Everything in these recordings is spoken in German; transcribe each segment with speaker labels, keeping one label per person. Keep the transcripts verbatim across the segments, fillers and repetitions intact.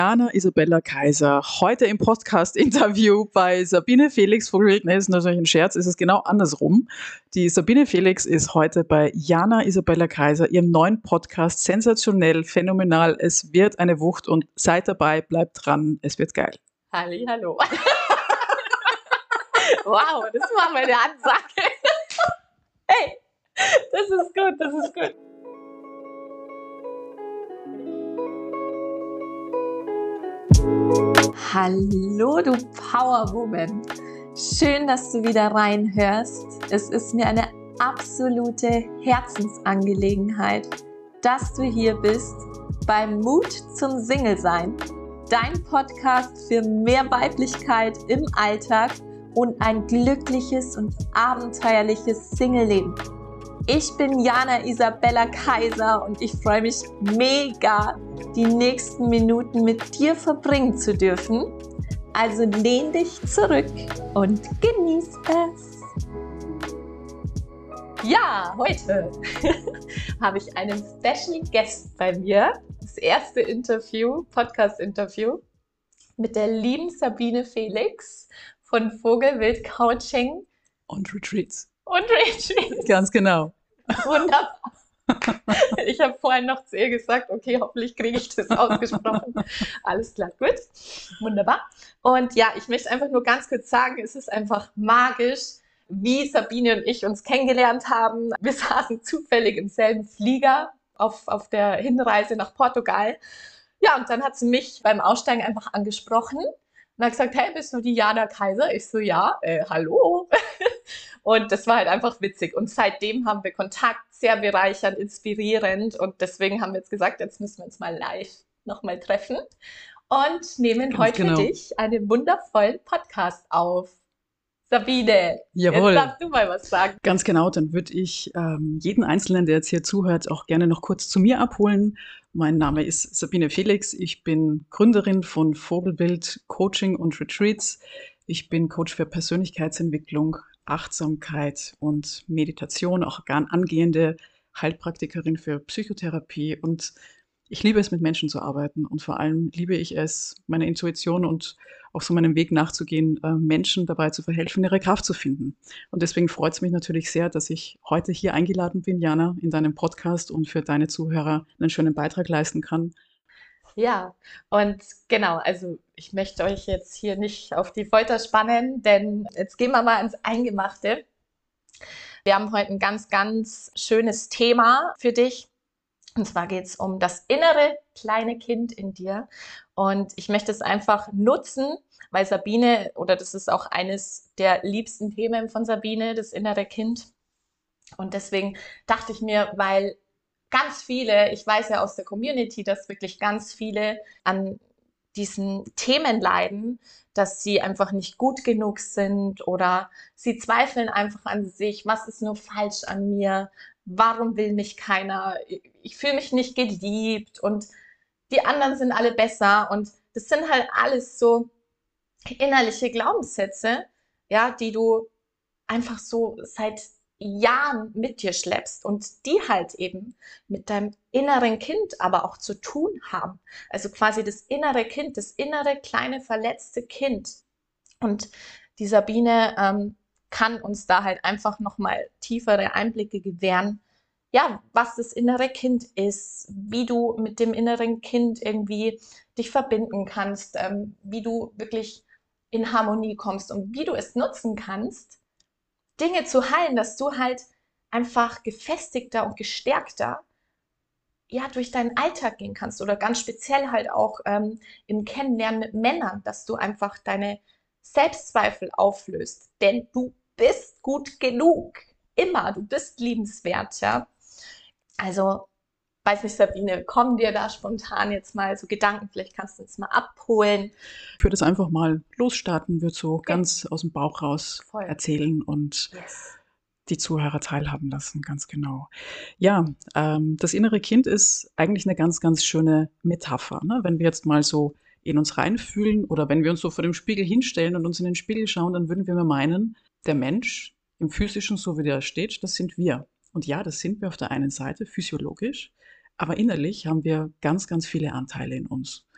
Speaker 1: Jana Isabella Kaiser, heute im Podcast-Interview bei Sabine Felix Vogelwild. Ne, ist natürlich ein Scherz, ist es genau andersrum. Die Sabine Felix ist heute bei Jana Isabella Kaiser, ihrem neuen Podcast. Sensationell, phänomenal, es wird eine Wucht und seid dabei, bleibt dran, es wird geil.
Speaker 2: Halli, hallo. Wow, das war meine Ansage. Hey, das ist gut, das ist gut. Hallo, du Powerwoman. Schön, dass du wieder reinhörst. Es ist mir eine absolute Herzensangelegenheit, dass du hier bist beim Mut zum Single-Sein. Dein Podcast für mehr Weiblichkeit im Alltag und ein glückliches und abenteuerliches Single-Leben. Ich bin Jana Isabella Kaiser und ich freue mich mega, die nächsten Minuten mit dir verbringen zu dürfen. Also lehn dich zurück und genieß es. Ja, heute habe ich einen Special Guest bei mir. Das erste Interview, Podcast-Interview mit der lieben Sabine Felix von Vogelwild Coaching
Speaker 1: Und Retreats.
Speaker 2: und Retreats.
Speaker 1: Ganz genau.
Speaker 2: Wunderbar. Ich habe vorhin noch zu ihr gesagt, okay, hoffentlich kriege ich das ausgesprochen. Alles klar, gut. Wunderbar. Und ja, ich möchte einfach nur ganz kurz sagen, es ist einfach magisch, wie Sabine und ich uns kennengelernt haben. Wir saßen zufällig im selben Flieger auf, auf der Hinreise nach Portugal. Ja, und dann hat sie mich beim Aussteigen einfach angesprochen und hat gesagt, hey, bist du die Jana Kaiser? Ich so, ja, äh, hallo. Und das war halt einfach witzig. Und seitdem haben wir Kontakt, sehr bereichernd, inspirierend. Und deswegen haben wir jetzt gesagt, jetzt müssen wir uns mal live nochmal treffen und nehmen
Speaker 1: Ganz
Speaker 2: heute
Speaker 1: genau.
Speaker 2: für dich einen wundervollen Podcast auf. Sabine,
Speaker 1: Jawohl.
Speaker 2: jetzt darfst du mal was sagen.
Speaker 1: Ganz genau, dann würde ich ähm, jeden Einzelnen, der jetzt hier zuhört, auch gerne noch kurz zu mir abholen. Mein Name ist Sabine Felix, ich bin Gründerin von Vogelwild Coaching und Retreats. Ich bin Coach für Persönlichkeitsentwicklung, Achtsamkeit und Meditation, auch gar angehende Heilpraktikerin für Psychotherapie. Und ich liebe es, mit Menschen zu arbeiten und vor allem liebe ich es, meiner Intuition und auch so meinem Weg nachzugehen, äh, Menschen dabei zu verhelfen, ihre Kraft zu finden. Und deswegen freut es mich natürlich sehr, dass ich heute hier eingeladen bin, Jana, in deinem Podcast und für deine Zuhörer einen schönen Beitrag leisten kann.
Speaker 2: Ja, und genau, also ich möchte euch jetzt hier nicht auf die Folter spannen, denn jetzt gehen wir mal ins Eingemachte. Wir haben heute ein ganz, ganz schönes Thema für dich. Und zwar geht es um das innere kleine Kind in dir. Und ich möchte es einfach nutzen, weil Sabine, oder das ist auch eines der liebsten Themen von Sabine, das innere Kind. Und deswegen dachte ich mir, weil ganz viele, ich weiß ja aus der Community, dass wirklich ganz viele an diesen Themen leiden, dass sie einfach nicht gut genug sind oder sie zweifeln einfach an sich, was ist nur falsch an mir, warum will mich keiner, ich fühle mich nicht geliebt und die anderen sind alle besser und das sind halt alles so innerliche Glaubenssätze, ja, die du einfach so seit Jahren mit dir schleppst und die halt eben mit deinem inneren Kind aber auch zu tun haben. Also quasi das innere Kind, das innere kleine verletzte Kind. Und die Sabine ähm, kann uns da halt einfach nochmal tiefere Einblicke gewähren, ja, was das innere Kind ist, wie du mit dem inneren Kind irgendwie dich verbinden kannst, ähm, wie du wirklich in Harmonie kommst und wie du es nutzen kannst, Dinge zu heilen, dass du halt einfach gefestigter und gestärkter ja, durch deinen Alltag gehen kannst oder ganz speziell halt auch ähm, im Kennenlernen mit Männern, dass du einfach deine Selbstzweifel auflöst, denn du bist gut genug, immer, du bist liebenswert, ja. Also, weiß nicht, Sabine, kommen dir da spontan jetzt mal so Gedanken, vielleicht kannst du uns mal abholen.
Speaker 1: Ich würde es einfach mal losstarten, würde so
Speaker 2: Okay.
Speaker 1: ganz aus dem Bauch raus
Speaker 2: Voll.
Speaker 1: erzählen und
Speaker 2: Yes.
Speaker 1: die Zuhörer teilhaben lassen, ganz genau. Ja, ähm, das innere Kind ist eigentlich eine ganz, ganz schöne Metapher. Ne? Wenn wir jetzt mal so in uns reinfühlen oder wenn wir uns so vor dem Spiegel hinstellen und uns in den Spiegel schauen, dann würden wir mal meinen, der Mensch im Physischen, so wie der steht, das sind wir. Und ja, das sind wir auf der einen Seite physiologisch, aber innerlich haben wir ganz, ganz viele Anteile in uns.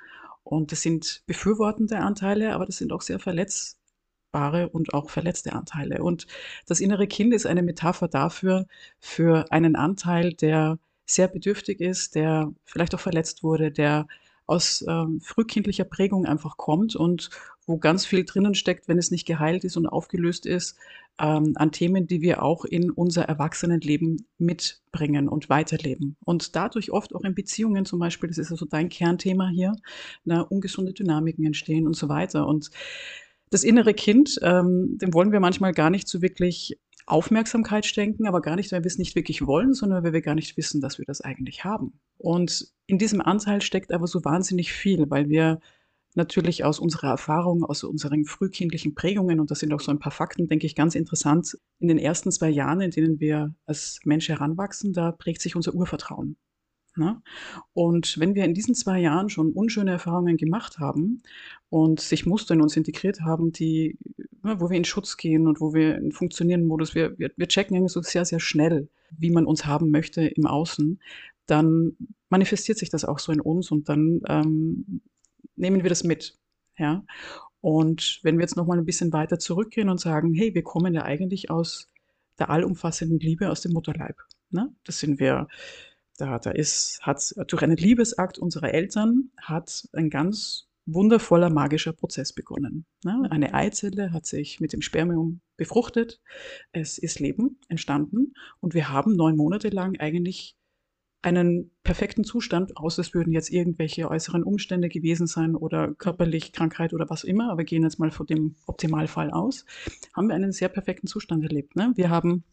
Speaker 1: Und das sind befürwortende Anteile, aber das sind auch sehr verletzbare und auch verletzte Anteile. Und das innere Kind ist eine Metapher dafür, für einen Anteil, der sehr bedürftig ist, der vielleicht auch verletzt wurde, der aus ähm, frühkindlicher Prägung einfach kommt und wo ganz viel drinnen steckt, wenn es nicht geheilt ist und aufgelöst ist, ähm, an Themen, die wir auch in unser Erwachsenenleben mitbringen und weiterleben. Und dadurch oft auch in Beziehungen zum Beispiel, das ist also dein Kernthema hier, ne, ungesunde Dynamiken entstehen und so weiter. Und das innere Kind, ähm, dem wollen wir manchmal gar nicht so wirklich Aufmerksamkeit schenken, aber gar nicht, weil wir es nicht wirklich wollen, sondern weil wir gar nicht wissen, dass wir das eigentlich haben. Und in diesem Anteil steckt aber so wahnsinnig viel, weil wir natürlich aus unserer Erfahrung, aus unseren frühkindlichen Prägungen, und das sind auch so ein paar Fakten, denke ich, ganz interessant, in den ersten zwei Jahren, in denen wir als Mensch heranwachsen, da prägt sich unser Urvertrauen. Ne? Und wenn wir in diesen zwei Jahren schon unschöne Erfahrungen gemacht haben und sich Muster in uns integriert haben, die, ne, wo wir in Schutz gehen und wo wir in funktionierenden Modus, wir, wir, wir checken eigentlich so sehr, sehr schnell, wie man uns haben möchte im Außen, dann manifestiert sich das auch so in uns und dann ähm, nehmen wir das mit. Ja? Und wenn wir jetzt nochmal ein bisschen weiter zurückgehen und sagen, hey, wir kommen ja eigentlich aus der allumfassenden Liebe aus dem Mutterleib. Ne? Das sind wir. Da, da ist, hat durch einen Liebesakt unserer Eltern hat ein ganz wundervoller magischer Prozess begonnen. Ne? Eine Eizelle hat sich mit dem Spermium befruchtet, es ist Leben entstanden und wir haben neun Monate lang eigentlich einen perfekten Zustand, außer es würden jetzt irgendwelche äußeren Umstände gewesen sein oder körperlich Krankheit oder was immer, aber wir gehen jetzt mal von dem Optimalfall aus, haben wir einen sehr perfekten Zustand erlebt. Ne? Wir haben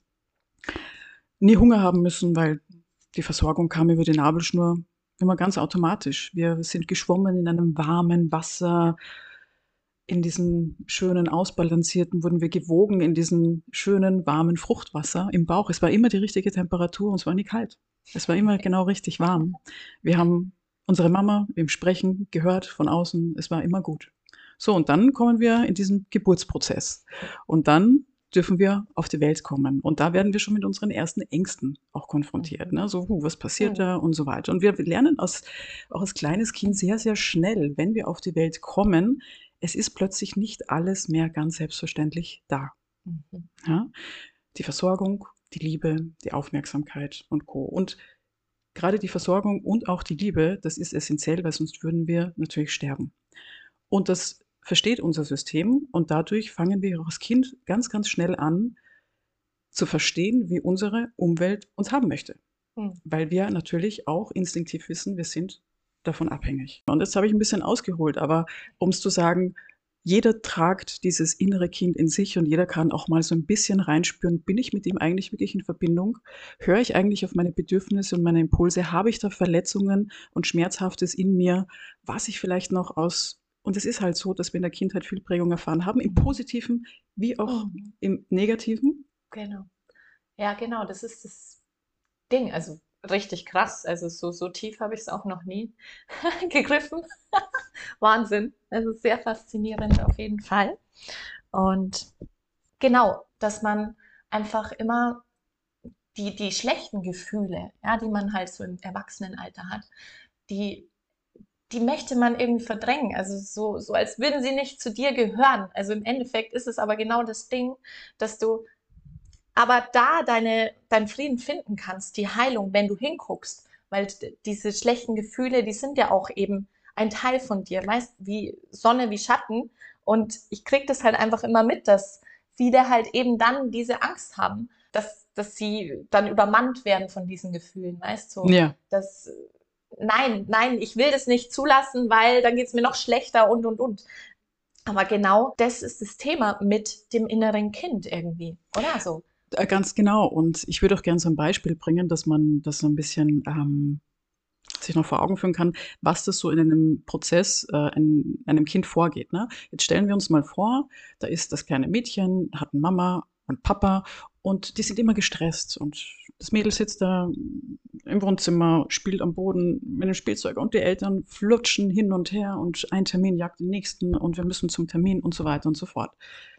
Speaker 1: nie Hunger haben müssen, weil die Versorgung kam über die Nabelschnur immer ganz automatisch. Wir sind geschwommen in einem warmen Wasser, in diesem schönen, ausbalancierten, wurden wir gewogen in diesem schönen, warmen Fruchtwasser im Bauch. Es war immer die richtige Temperatur und es war nie kalt. Es war immer genau richtig warm. Wir haben unsere Mama im Sprechen gehört von außen. Es war immer gut. So, und dann kommen wir in diesen Geburtsprozess. Und dann dürfen wir auf die Welt kommen. Und da werden wir schon mit unseren ersten Ängsten auch konfrontiert. Ne? So, huh, was passiert da und so weiter. Und wir lernen aus, auch als kleines Kind sehr, sehr schnell, wenn wir auf die Welt kommen, es ist plötzlich nicht alles mehr ganz selbstverständlich da. Mhm. Ja? Die Versorgung, die Liebe, die Aufmerksamkeit und Co. Und gerade die Versorgung und auch die Liebe, das ist essentiell, weil sonst würden wir natürlich sterben. Und das versteht unser System und dadurch fangen wir auch als Kind ganz, ganz schnell an zu verstehen, wie unsere Umwelt uns haben möchte. Mhm. Weil wir natürlich auch instinktiv wissen, wir sind davon abhängig. Und jetzt habe ich ein bisschen ausgeholt, aber um es zu sagen, jeder tragt dieses innere Kind in sich und jeder kann auch mal so ein bisschen reinspüren, bin ich mit ihm eigentlich wirklich in Verbindung? Höre ich eigentlich auf meine Bedürfnisse und meine Impulse? Habe ich da Verletzungen und Schmerzhaftes in mir, was ich vielleicht noch aus, und es ist halt so, dass wir in der Kindheit viel Prägung erfahren haben, im Positiven wie auch mhm. im Negativen.
Speaker 2: Genau. Ja, genau, das ist das Ding, also richtig krass. Also so, so tief habe ich es auch noch nie gegriffen. Wahnsinn. Also sehr faszinierend auf jeden Fall. Und genau, dass man einfach immer die, die schlechten Gefühle, ja, die man halt so im Erwachsenenalter hat, die, die möchte man irgendwie verdrängen. Also so, so als würden sie nicht zu dir gehören. Also im Endeffekt ist es aber genau das Ding, dass du aber da deine, deinen Frieden finden kannst, die Heilung, wenn du hinguckst. Weil diese schlechten Gefühle, die sind ja auch eben ein Teil von dir, meist wie Sonne, wie Schatten. Und ich kriege das halt einfach immer mit, dass viele halt eben dann diese Angst haben, dass, dass sie dann übermannt werden von diesen Gefühlen, weißt du?
Speaker 1: Ja.
Speaker 2: Dass, nein, nein, ich will das nicht zulassen, weil dann geht es mir noch schlechter und, und, und. Aber genau das ist das Thema mit dem inneren Kind irgendwie, oder so?
Speaker 1: Ganz genau. Und ich würde auch gerne so ein Beispiel bringen, dass man das so ein bisschen ähm, sich noch vor Augen führen kann, was das so in einem Prozess äh, in einem Kind vorgeht. Ne? Jetzt stellen wir uns mal vor, da ist das kleine Mädchen, hat eine Mama und Papa und die sind immer gestresst. Und das Mädel sitzt da im Wohnzimmer, spielt am Boden mit dem Spielzeug und die Eltern flutschen hin und her und ein Termin jagt den nächsten und wir müssen zum Termin und so weiter und so fort.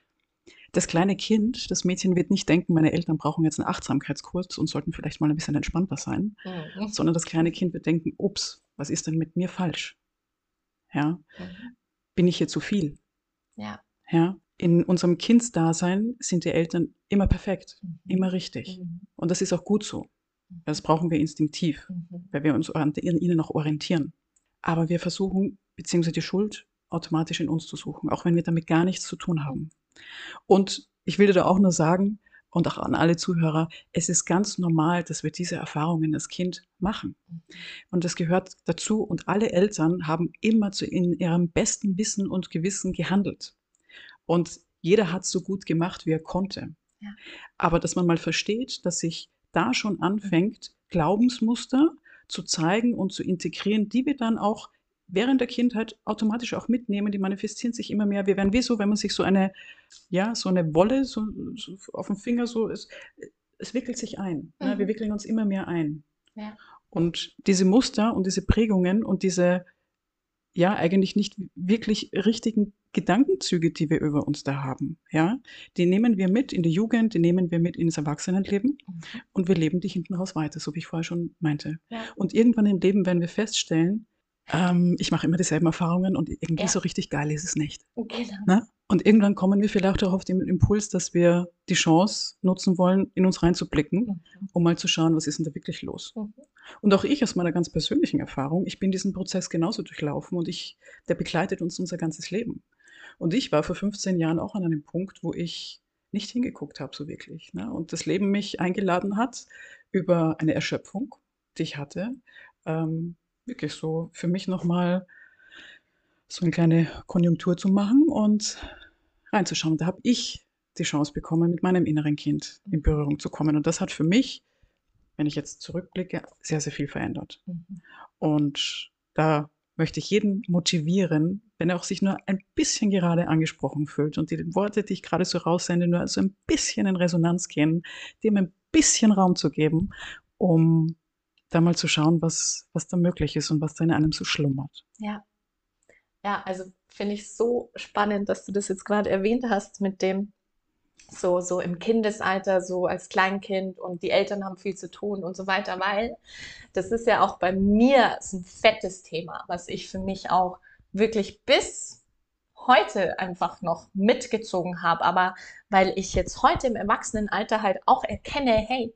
Speaker 1: Das kleine Kind, das Mädchen wird nicht denken, meine Eltern brauchen jetzt einen Achtsamkeitskurs und sollten vielleicht mal ein bisschen entspannter sein, mhm. sondern das kleine Kind wird denken, ups, was ist denn mit mir falsch? Ja?
Speaker 2: Mhm.
Speaker 1: Bin ich hier zu viel?
Speaker 2: Ja.
Speaker 1: Ja? In unserem Kindsdasein sind die Eltern immer perfekt,
Speaker 2: Mhm.
Speaker 1: immer richtig.
Speaker 2: Mhm.
Speaker 1: Und das ist auch gut so. Das
Speaker 2: Mhm.
Speaker 1: brauchen wir instinktiv,
Speaker 2: Mhm.
Speaker 1: weil wir uns an ihnen auch orientieren. Aber wir versuchen, beziehungsweise die Schuld automatisch in uns zu suchen, auch wenn wir damit gar nichts zu tun haben. Und ich will dir da auch nur sagen und auch an alle Zuhörer, es ist ganz normal, dass wir diese Erfahrungen als Kind machen.
Speaker 2: Mhm.
Speaker 1: Und das gehört dazu und alle Eltern haben immer zu in ihrem besten Wissen und Gewissen gehandelt. Und jeder hat's so gut gemacht, wie er konnte.
Speaker 2: Ja.
Speaker 1: Aber dass man mal versteht, dass sich da schon anfängt, Glaubensmuster zu zeigen und zu integrieren, die wir dann auch während der Kindheit automatisch auch mitnehmen, die manifestieren sich immer mehr. Wir werden wie so, wenn man sich so eine ja, so eine Wolle so so auf dem Finger so es es wickelt sich ein, ne? Wir
Speaker 2: Mhm.
Speaker 1: wickeln uns immer mehr ein.
Speaker 2: Ja.
Speaker 1: Und diese Muster und diese Prägungen und diese, ja, eigentlich nicht wirklich richtigen Gedankenzüge, die wir über uns da haben, ja, die nehmen wir mit in die Jugend, die nehmen wir mit ins Erwachsenenleben
Speaker 2: Mhm.
Speaker 1: und wir leben die hinten raus weiter, so wie ich vorher schon meinte.
Speaker 2: Ja.
Speaker 1: Und irgendwann im Leben werden wir feststellen, ähm, ich mache immer dieselben Erfahrungen und irgendwie so
Speaker 2: Ja.
Speaker 1: richtig geil ist es nicht,
Speaker 2: Genau.
Speaker 1: ne? Und irgendwann kommen wir vielleicht auch auf den Impuls, dass wir die Chance nutzen wollen, in uns reinzublicken,
Speaker 2: Mhm.
Speaker 1: um mal zu schauen, was ist denn da wirklich los?
Speaker 2: Mhm.
Speaker 1: Und auch ich aus meiner ganz persönlichen Erfahrung, ich bin diesen Prozess genauso durchlaufen und ich der begleitet uns unser ganzes Leben. Und ich war vor fünfzehn Jahren auch an einem Punkt, wo ich nicht hingeguckt habe so wirklich, ne? Und das Leben mich eingeladen hat über eine Erschöpfung, die ich hatte, ähm, wirklich so für mich noch mal so 'ne kleine Konjunktur zu machen und reinzuschauen. Da habe ich die Chance bekommen, mit meinem inneren Kind in
Speaker 2: Mhm.
Speaker 1: Berührung zu kommen. Und das hat für mich, wenn ich jetzt zurückblicke, sehr, sehr viel verändert.
Speaker 2: Mhm.
Speaker 1: Und da möchte ich jeden motivieren, wenn er auch sich nur ein bisschen gerade angesprochen fühlt und die Worte, die ich gerade so raussende, nur so ein bisschen in Resonanz gehen, dem ein bisschen Raum zu geben, um da mal zu schauen, was was da möglich ist und was da in einem so schlummert.
Speaker 2: Ja. Ja, also finde ich so spannend, dass du das jetzt gerade erwähnt hast mit dem so so im Kindesalter, so als Kleinkind und die Eltern haben viel zu tun und so weiter, weil das ist ja auch bei mir so 'n fettes Thema, was ich für mich auch wirklich bis heute einfach noch mitgezogen habe. Aber weil ich jetzt heute im Erwachsenenalter halt auch erkenne: „Hey,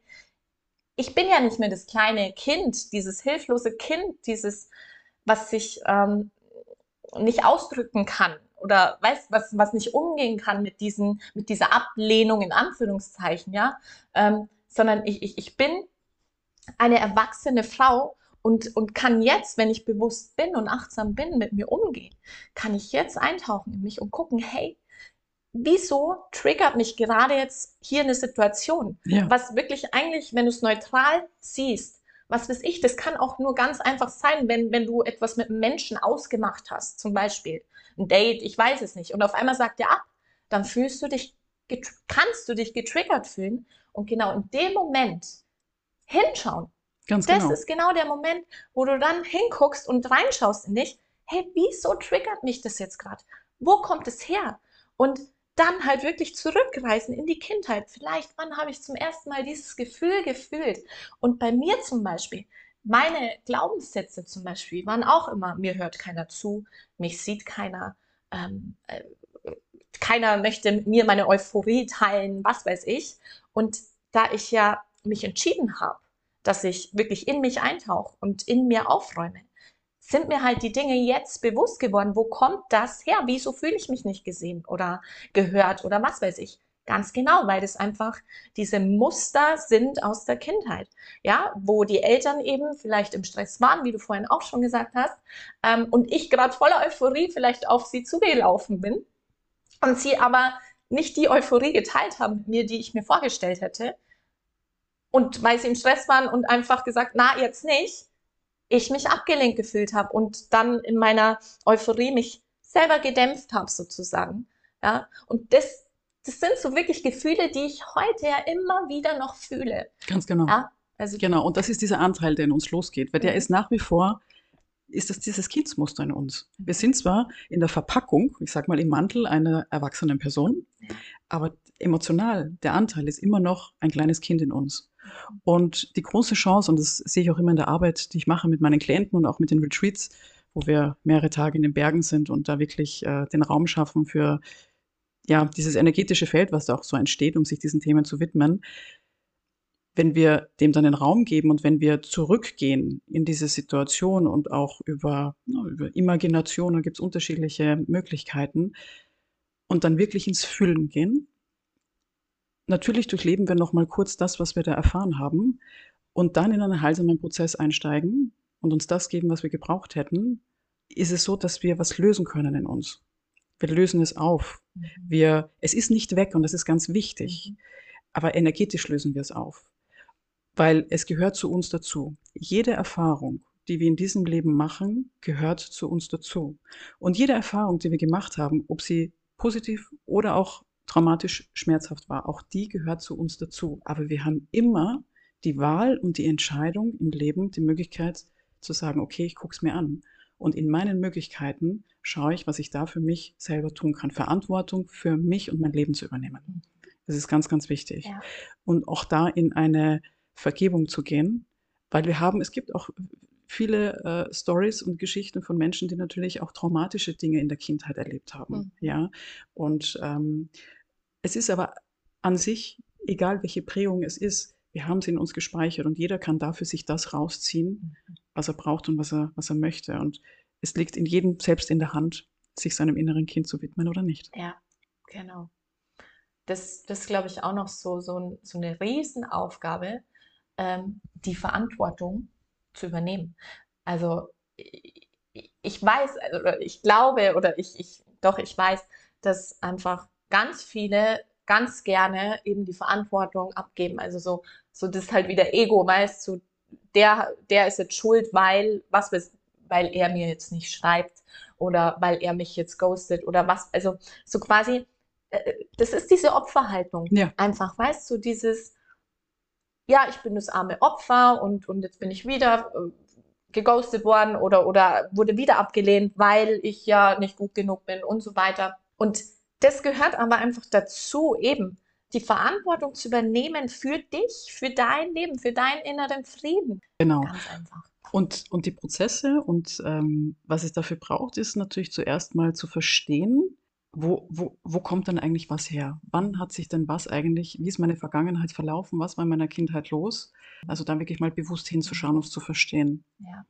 Speaker 2: ich bin ja nicht mehr das kleine Kind, dieses hilflose Kind, dieses, was sich, ähm, nicht ausdrücken kann oder weißt, was was nicht umgehen kann mit diesen mit dieser Ablehnung in Anführungszeichen, ja? Ähm, sondern ich ich ich bin eine erwachsene Frau und und kann jetzt, wenn ich bewusst bin und achtsam bin, mit mir umgehen, kann ich jetzt eintauchen in mich und gucken: „Hey, wieso triggert mich gerade jetzt hier 'ne Situation?“
Speaker 1: Ja.
Speaker 2: Was wirklich eigentlich, wenn du's neutral siehst, was weiß ich, das kann auch nur ganz einfach sein, wenn wenn du etwas mit 'nem Menschen ausgemacht hast, zum Beispiel 'n Date, ich weiß es nicht, und auf einmal sagt der ab, dann fühlst du dich getr kannst du dich getriggert fühlen und genau in dem Moment hinschauen.
Speaker 1: Ganz
Speaker 2: Das
Speaker 1: genau.
Speaker 2: ist genau der Moment, wo du dann hinguckst und reinschaust in dich: „Hey, wieso triggert mich das jetzt grad? Wo kommt es her?“ Und dann halt wirklich zurückreisen in die Kindheit. Vielleicht, wann habe ich zum ersten Mal dieses Gefühl gefühlt? Und bei mir zum Beispiel, meine Glaubenssätze zum Beispiel waren auch immer: „Mir hört keiner zu, mich sieht keiner, ähm, äh, keiner möchte mit mir meine Euphorie teilen“, was weiß ich. Und da ich ja mich entschieden habe, dass ich wirklich in mich eintauche und in mir aufräume, sind mir halt die Dinge jetzt bewusst geworden. Wo kommt das her? Wieso fühle ich mich nicht gesehen oder gehört oder was weiß ich? Ganz genau, weil das einfach diese Muster sind aus der Kindheit, ja, wo die Eltern eben vielleicht im Stress waren, wie du vorhin auch schon gesagt hast, ähm, und ich grad voller Euphorie vielleicht auf sie zugelaufen bin und sie aber nicht die Euphorie geteilt haben mit mir, die ich mir vorgestellt hätte. Und weil sie im Stress waren und einfach gesagt: „Na, jetzt nicht“, ich mich abgelenkt gefühlt habe und dann in meiner Euphorie mich selber gedämpft habe sozusagen, ja? Und das das sind so wirklich Gefühle, die ich heute ja immer wieder noch fühle,
Speaker 1: Ganz genau.
Speaker 2: ja? Also
Speaker 1: Genau, und das ist dieser Anteil, der in uns losgeht, weil der
Speaker 2: Mhm.
Speaker 1: ist nach wie vor ist das dieses Kindsmuster in uns. Wir
Speaker 2: Mhm.
Speaker 1: sind zwar in der Verpackung, ich sage mal im Mantel einer erwachsenen Person,
Speaker 2: Ja.
Speaker 1: aber emotional, der Anteil ist immer noch ein kleines Kind in uns.
Speaker 2: Mhm.
Speaker 1: Und die große Chance, und das sehe ich auch immer in der Arbeit, die ich mache mit meinen Klienten und auch mit den Retreats, wo wir mehrere Tage in den Bergen sind und da wirklich äh, den Raum schaffen für ja, dieses energetische Feld, was da auch so entsteht, um sich diesen Themen zu widmen. Wenn wir dem dann den Raum geben und wenn wir zurückgehen in diese Situation und auch über, ja, über Imagination, da gibt es unterschiedliche Möglichkeiten, und dann wirklich ins Fühlen gehen. Natürlich durchleben wir noch mal kurz das, was wir da erfahren haben, und dann in einen heilsamen Prozess einsteigen und uns das geben, was wir gebraucht hätten, ist es so, dass wir was lösen können in uns. Wir lösen es auf.
Speaker 2: Mhm.
Speaker 1: Wir, es ist nicht weg und das ist ganz wichtig,
Speaker 2: Mhm.
Speaker 1: aber energetisch lösen wir es auf, weil es gehört zu uns dazu. Jede Erfahrung, die wir in diesem Leben machen, gehört zu uns dazu. Und jede Erfahrung, die wir gemacht haben, ob sie positiv oder auch traumatisch schmerzhaft war, auch die gehört zu uns dazu. Aber wir haben immer die Wahl und die Entscheidung im Leben, die Möglichkeit zu sagen, okay, ich gucke es mir an. Und in meinen Möglichkeiten schaue ich, was ich da für mich selber tun kann. Verantwortung für mich und mein Leben zu übernehmen. Das ist ganz, ganz wichtig.
Speaker 2: Ja.
Speaker 1: Und auch da in eine Vergebung zu gehen, weil wir haben, es gibt auch viele äh, Stories und Geschichten von Menschen, die natürlich auch traumatische Dinge in der Kindheit erlebt haben.
Speaker 2: Mhm.
Speaker 1: Ja? Und ähm, es ist aber an sich, egal welche Prägung es ist, wir haben sie in uns gespeichert und jeder kann dafür sich das rausziehen,
Speaker 2: Mhm.
Speaker 1: was er braucht und was er, was er möchte. Und es liegt in jedem selbst in der Hand, sich seinem inneren Kind zu widmen oder nicht.
Speaker 2: Ja, genau. Das, das glaube ich auch noch so, so, ein, so eine Riesenaufgabe, ähm, die Verantwortung zu übernehmen. Also ich, ich weiß, oder ich glaube, oder ich, ich, doch, ich weiß, dass einfach ganz viele ganz gerne eben die Verantwortung abgeben. Also so, so das halt wieder Ego, weißt du, der, der ist jetzt schuld, weil, was weiß, weil er mir jetzt nicht schreibt oder weil er mich jetzt ghostet oder was. Also so quasi, äh, das ist diese Opferhaltung.
Speaker 1: Ja.
Speaker 2: Einfach, weißt du, dieses, ja, ich bin das arme Opfer und, und jetzt bin ich wieder äh, geghostet worden oder, oder wurde wieder abgelehnt, weil ich ja nicht gut genug bin und so weiter. Und das gehört aber einfach dazu, eben die Verantwortung zu übernehmen für dich, für dein Leben, für deinen inneren Frieden.
Speaker 1: Genau.
Speaker 2: Ganz einfach.
Speaker 1: Und, und die Prozesse und ähm, was es dafür braucht, ist natürlich zuerst mal zu verstehen, wo, wo, wo kommt denn eigentlich was her? Wann hat sich denn was eigentlich, wie ist meine Vergangenheit verlaufen? Was war in meiner Kindheit los? Also da wirklich mal bewusst hinzuschauen, um es zu verstehen.
Speaker 2: Ja.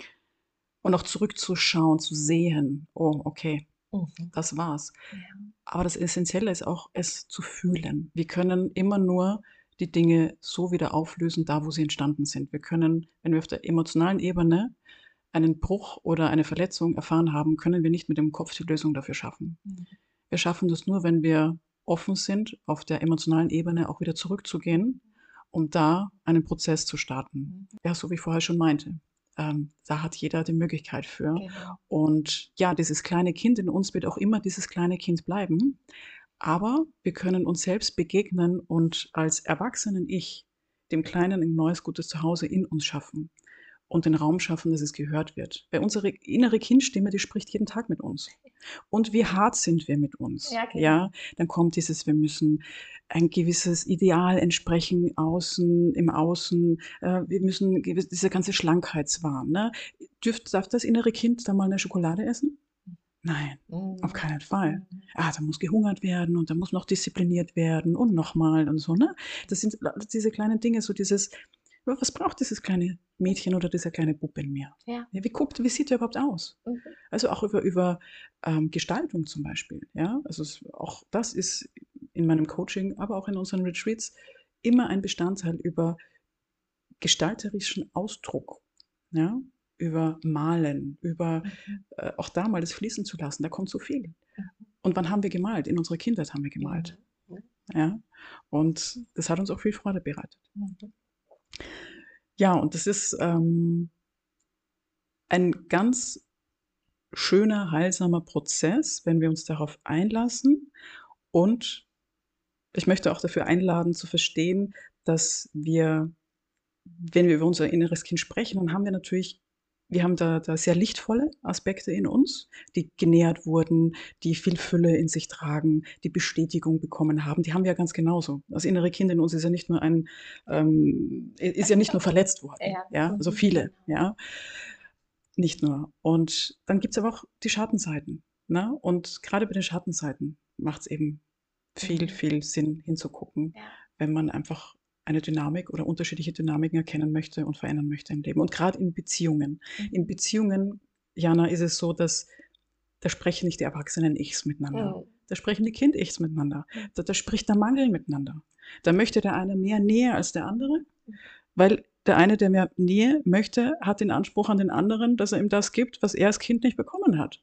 Speaker 1: Und auch zurückzuschauen, zu sehen, oh, okay,
Speaker 2: Mhm.
Speaker 1: das war's.
Speaker 2: Ja.
Speaker 1: Aber das Essentielle ist auch, es zu fühlen. Wir können immer nur die Dinge so wieder auflösen, da wo sie entstanden sind. Wir können, wenn wir auf der emotionalen Ebene einen Bruch oder eine Verletzung erfahren haben, können wir nicht mit dem Kopf die Lösung dafür schaffen.
Speaker 2: Mhm.
Speaker 1: Wir schaffen das nur, wenn wir offen sind, auf der emotionalen Ebene auch wieder zurückzugehen, um da einen Prozess zu starten.
Speaker 2: Mhm.
Speaker 1: Ja, so wie ich vorher schon meinte. Ähm, da hat jeder die Möglichkeit für.
Speaker 2: Genau.
Speaker 1: Und ja, dieses kleine Kind in uns wird auch immer dieses kleine Kind bleiben. Aber wir können uns selbst begegnen und als erwachsenen Ich dem Kleinen ein neues, gutes Zuhause in uns schaffen und den Raum schaffen, dass es gehört wird. Weil unsere innere Kindstimme, die spricht jeden Tag mit uns. Und wie hart sind wir mit uns?
Speaker 2: Ja, genau.
Speaker 1: Ja, dann kommt dieses, wir müssen ein gewisses Ideal entsprechen, außen, im Außen, äh, wir müssen, gewiss- dieser ganze Schlankheitswahn. Ne? Dürft, darf das innere Kind da mal eine Schokolade essen? Nein,
Speaker 2: Mhm.
Speaker 1: auf keinen Fall.
Speaker 2: Mhm.
Speaker 1: Ah, da muss gehungert werden und da muss noch diszipliniert werden und nochmal und so, ne? Das sind diese kleinen Dinge, so dieses, was braucht dieses kleine Mädchen oder dieser kleine Bub in mir?
Speaker 2: Ja.
Speaker 1: Ja, wie guckt, wie sieht er überhaupt aus?
Speaker 2: Mhm.
Speaker 1: Also auch über, über ähm, Gestaltung zum Beispiel. Ja? Also es, auch das ist in meinem Coaching, aber auch in unseren Retreats immer ein Bestandteil über gestalterischen Ausdruck. Ja? Über Malen, über
Speaker 2: Mhm.
Speaker 1: äh, auch da mal das fließen zu lassen. Da kommt so viel.
Speaker 2: Mhm.
Speaker 1: Und wann haben wir gemalt? In unserer Kindheit haben wir gemalt.
Speaker 2: Mhm.
Speaker 1: Ja? Und das hat uns auch viel Freude bereitet.
Speaker 2: Mhm.
Speaker 1: Ja, und das ist ähm, ein ganz schöner, heilsamer Prozess, wenn wir uns darauf einlassen. Und ich möchte auch dafür einladen, zu verstehen, dass wir, wenn wir über unser inneres Kind sprechen, dann haben wir natürlich, wir haben da, da sehr lichtvolle Aspekte in uns, die genährt wurden, die viel Fülle in sich tragen, die Bestätigung bekommen haben. Die haben wir ja ganz genauso. Das innere Kind in uns ist ja nicht nur ein, ähm, ist ja nicht nur verletzt worden.
Speaker 2: Ja.
Speaker 1: Ja, also
Speaker 2: Mhm.
Speaker 1: viele. Ja. Nicht nur. Und dann gibt es aber auch die Schattenseiten. Ne? Und gerade bei den Schattenseiten macht es eben viel,
Speaker 2: Mhm.
Speaker 1: viel Sinn hinzugucken,
Speaker 2: Ja.
Speaker 1: wenn man einfach eine Dynamik oder unterschiedliche Dynamiken erkennen möchte und verändern möchte im Leben. Und gerade in Beziehungen.
Speaker 2: Mhm.
Speaker 1: In Beziehungen, Jana, ist es so, dass da sprechen nicht die erwachsenen Ichs miteinander.
Speaker 2: Mhm.
Speaker 1: Da sprechen die Kind-Ichs miteinander.
Speaker 2: Mhm.
Speaker 1: Da, da spricht der Mangel miteinander. Da möchte der eine mehr Nähe als der andere, weil der eine, der mehr Nähe möchte, hat den Anspruch an den anderen, dass er ihm das gibt, was er als Kind nicht bekommen hat.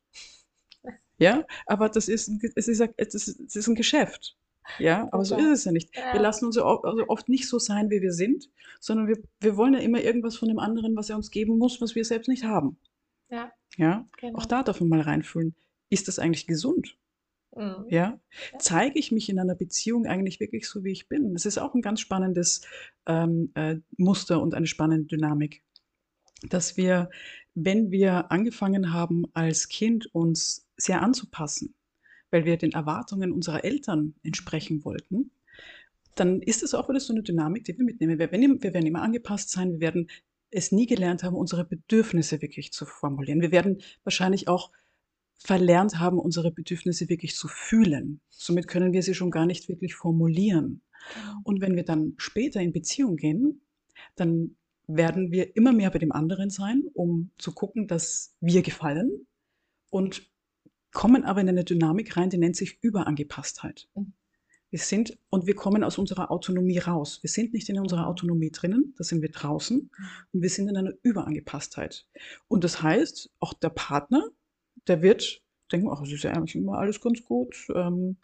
Speaker 1: Ja, aber das ist ein, es ist, ein- es ist, es ist ein Geschäft. Ja, aber so ist
Speaker 2: Total.
Speaker 1: es ja nicht. Wir
Speaker 2: Ja.
Speaker 1: lassen uns ja oft, also oft nicht so sein, wie wir sind, sondern wir, wir wollen ja immer irgendwas von dem anderen, was er uns geben muss, was wir selbst nicht haben.
Speaker 2: Ja,
Speaker 1: Ja, auch
Speaker 2: genau.
Speaker 1: da darf man mal reinfühlen. Ist das eigentlich gesund?
Speaker 2: Mhm.
Speaker 1: Ja,
Speaker 2: Ja.
Speaker 1: zeige ich mich in einer Beziehung eigentlich wirklich so, wie ich bin? Das ist auch ein ganz spannendes ähm, äh, Muster und eine spannende Dynamik, dass wir, wenn wir angefangen haben, als Kind uns sehr anzupassen, weil wir den Erwartungen unserer Eltern entsprechen wollten, dann ist es auch wieder so eine Dynamik, die wir mitnehmen. Wir werden, wir werden immer angepasst sein, wir werden es nie gelernt haben, unsere Bedürfnisse wirklich zu formulieren. Wir werden wahrscheinlich auch verlernt haben, unsere Bedürfnisse wirklich zu fühlen. Somit können wir sie schon gar nicht wirklich formulieren.
Speaker 2: Genau.
Speaker 1: Und wenn wir dann später in Beziehung gehen, dann werden wir immer mehr bei dem anderen sein, um zu gucken, dass wir gefallen und kommen aber in eine Dynamik rein, die nennt sich Überangepasstheit.
Speaker 2: Mhm.
Speaker 1: Wir sind und wir kommen aus unserer Autonomie raus. Wir sind nicht in unserer Autonomie drinnen, da sind wir draußen und wir sind in einer Überangepasstheit. Und das heißt, auch der Partner, der wird denken, ach, es ist ja eigentlich immer alles ganz gut. Ähm,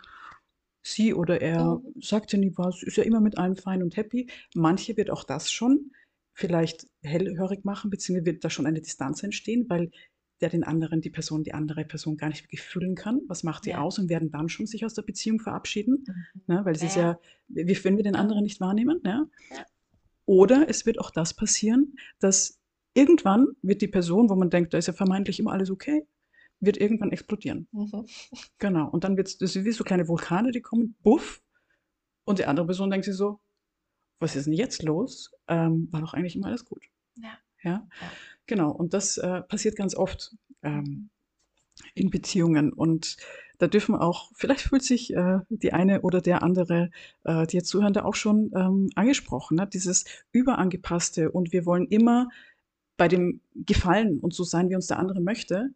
Speaker 1: sie oder er
Speaker 2: Mhm.
Speaker 1: sagt ja nie was, ist ja immer mit allem fein und happy. Manche wird auch das schon vielleicht hellhörig machen, beziehungsweise wird da schon eine Distanz entstehen, weil der den anderen, die Person, die andere Person gar nicht wirklich fühlen kann. Was macht sie
Speaker 2: Ja.
Speaker 1: aus und werden dann schon sich aus der Beziehung verabschieden,
Speaker 2: Mhm.
Speaker 1: ne, weil es ist
Speaker 2: Ja.
Speaker 1: ja, wie, wenn wir den anderen
Speaker 2: Mhm.
Speaker 1: nicht wahrnehmen. Ja.
Speaker 2: Ja.
Speaker 1: Oder es wird auch das passieren, dass irgendwann wird die Person, wo man denkt, da ist ja vermeintlich immer alles okay, wird irgendwann explodieren.
Speaker 2: Mhm.
Speaker 1: Genau. Und dann wird es, das sind wie so kleine Vulkane, die kommen, buff, und die andere Person denkt sich so, was ist denn jetzt los? Ähm, war doch eigentlich immer alles gut.
Speaker 2: Ja.
Speaker 1: Ja,
Speaker 2: Ja.
Speaker 1: genau. Und das äh, passiert ganz oft ähm,
Speaker 2: Mhm.
Speaker 1: in Beziehungen. Und da dürfen auch, vielleicht fühlt sich äh, die eine oder der andere, äh, die jetzt zuhören, da auch schon ähm, angesprochen, ne? Dieses Überangepasste. Und wir wollen immer bei dem Gefallen und so sein, wie uns der andere möchte,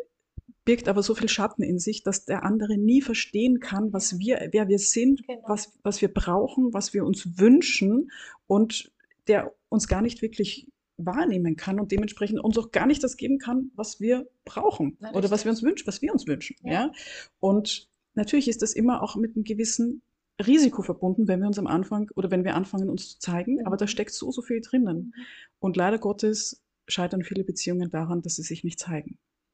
Speaker 1: birgt aber so viel Schatten in sich, dass der andere nie verstehen kann, was
Speaker 2: Ja.
Speaker 1: wir, wer wir sind,
Speaker 2: Genau.
Speaker 1: was, was wir brauchen, was wir uns wünschen und der uns gar nicht wirklich wahrnehmen kann und dementsprechend uns auch gar nicht das geben kann, was wir brauchen
Speaker 2: Na,
Speaker 1: oder was wir uns
Speaker 2: richtig.
Speaker 1: wünschen, was wir uns wünschen.
Speaker 2: Ja.
Speaker 1: Ja? Und natürlich ist das immer auch mit einem gewissen Risiko verbunden, wenn wir uns am Anfang oder wenn wir anfangen, uns zu zeigen, aber da
Speaker 2: Mhm.
Speaker 1: steckt so, so viel drinnen.
Speaker 2: Mhm.
Speaker 1: Und leider Gottes scheitern viele Beziehungen daran, dass sie sich nicht zeigen.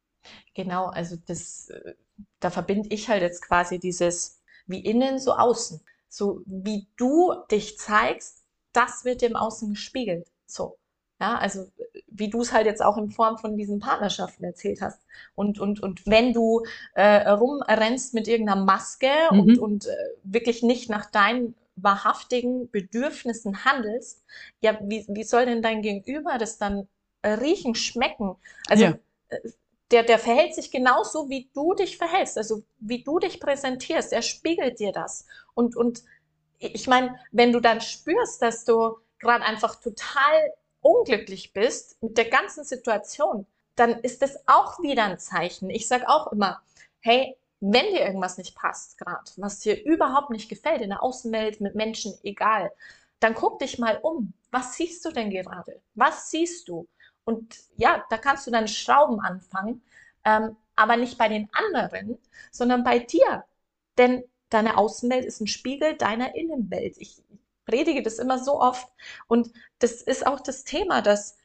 Speaker 2: Genau, also das, äh, da verbinde ich halt jetzt quasi dieses wie innen, so außen. So wie du dich zeigst, das wird dem Außen gespiegelt. So. Ja, also äh, wie du es halt jetzt auch in Form von diesen Partnerschaften erzählt hast. Und, und, und wenn du äh, rumrennst mit irgendeiner Maske und,
Speaker 1: Mhm.
Speaker 2: und äh, wirklich nicht nach deinen wahrhaftigen Bedürfnissen handelst, ja, wie, wie soll denn dein Gegenüber das dann äh, riechen, schmecken? Also
Speaker 1: Ja,
Speaker 2: äh, der, der verhält sich genauso, wie du dich verhältst, also wie du dich präsentierst. Er spiegelt dir das. Und, und ich meine, wenn du dann spürst, dass du gerade einfach total unglücklich bist mit der ganzen Situation, dann ist das auch wieder ein Zeichen. Ich sage auch immer, hey, wenn dir irgendwas nicht passt gerade, was dir überhaupt nicht gefällt in der Außenwelt, mit Menschen, egal, dann guck dich mal um. Was siehst du denn gerade? Was siehst du? Und ja, da kannst du dann Schrauben anfangen, ähm, aber nicht bei den anderen, sondern bei dir. Denn deine Außenwelt ist ein Spiegel deiner Innenwelt. Ich predige das immer so oft. Und das ist auch das Thema, dass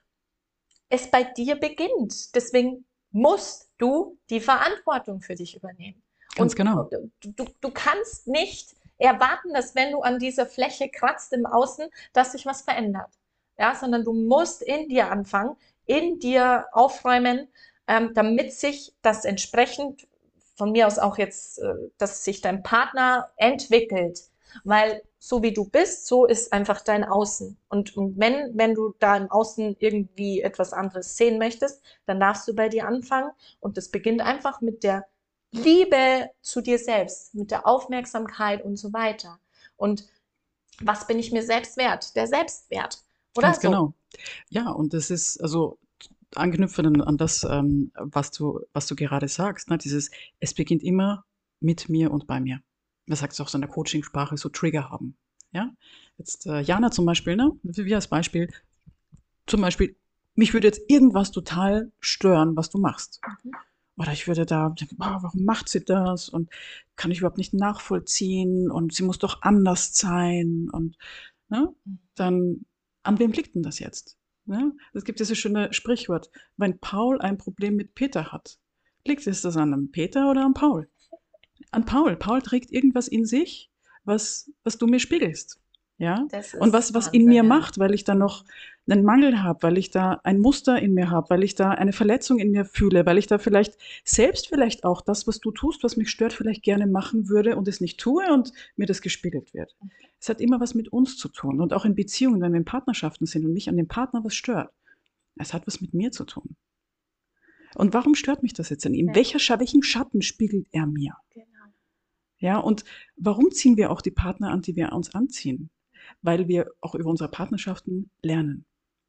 Speaker 2: es bei dir beginnt. Deswegen musst du die Verantwortung für dich übernehmen.
Speaker 1: ganz
Speaker 2: Und
Speaker 1: genau.
Speaker 2: du, du kannst nicht erwarten, dass wenn du an dieser Fläche kratzt im Außen, dass sich was verändert. Ja, sondern du musst in dir anfangen, in dir aufräumen, ähm, damit sich das entsprechend, von mir aus auch jetzt, äh, dass sich dein Partner entwickelt. Weil so wie du bist, so ist einfach dein Außen. Und, und wenn, wenn du da im Außen irgendwie etwas anderes sehen möchtest, dann darfst du bei dir anfangen. Und das beginnt einfach mit der Liebe zu dir selbst, mit der Aufmerksamkeit und so weiter. Und was bin ich mir selbst wert? Der Selbstwert. Oder
Speaker 1: Ganz
Speaker 2: so.
Speaker 1: genau. Ja, und das ist also anknüpfend an, an das, ähm, was du, was du gerade sagst, ne? Dieses, es beginnt immer mit mir und bei mir. Man sagt es auch so in der Coaching-Sprache, so Trigger haben. Ja? Jetzt äh, Jana zum Beispiel, ne? Wie als Beispiel, zum Beispiel, mich würde jetzt irgendwas total stören, was du machst.
Speaker 2: Mhm.
Speaker 1: Oder ich würde da denken, oh, warum macht sie das? Und kann ich überhaupt nicht nachvollziehen? Und sie muss doch anders sein. Und ne? Dann, an wem liegt denn das jetzt? Ne? Es gibt dieses schöne Sprichwort, wenn Paul ein Problem mit Peter hat, liegt es das an einem Peter oder an Paul? An Paul. Paul trägt irgendwas in sich, was, was du mir spiegelst. Ja?
Speaker 2: Das
Speaker 1: Und
Speaker 2: ist
Speaker 1: was, was in mir
Speaker 2: Wahnsinn, ja.
Speaker 1: macht, weil ich da noch einen Mangel habe, weil ich da ein Muster in mir habe, weil ich da eine Verletzung in mir fühle, weil ich da vielleicht selbst vielleicht auch das, was du tust, was mich stört, vielleicht gerne machen würde und es nicht tue und mir das gespiegelt wird. Es hat immer was mit uns zu tun und auch in Beziehungen, wenn wir in Partnerschaften sind und mich an dem Partner was stört. Es hat was mit mir zu tun. Und warum stört mich das jetzt an ihm?
Speaker 2: Ja.
Speaker 1: Welcher, Scha- welchen Schatten spiegelt er mir?
Speaker 2: Genau.
Speaker 1: Ja, und warum ziehen wir auch die Partner an, die wir uns anziehen? Weil wir auch über unsere Partnerschaften lernen.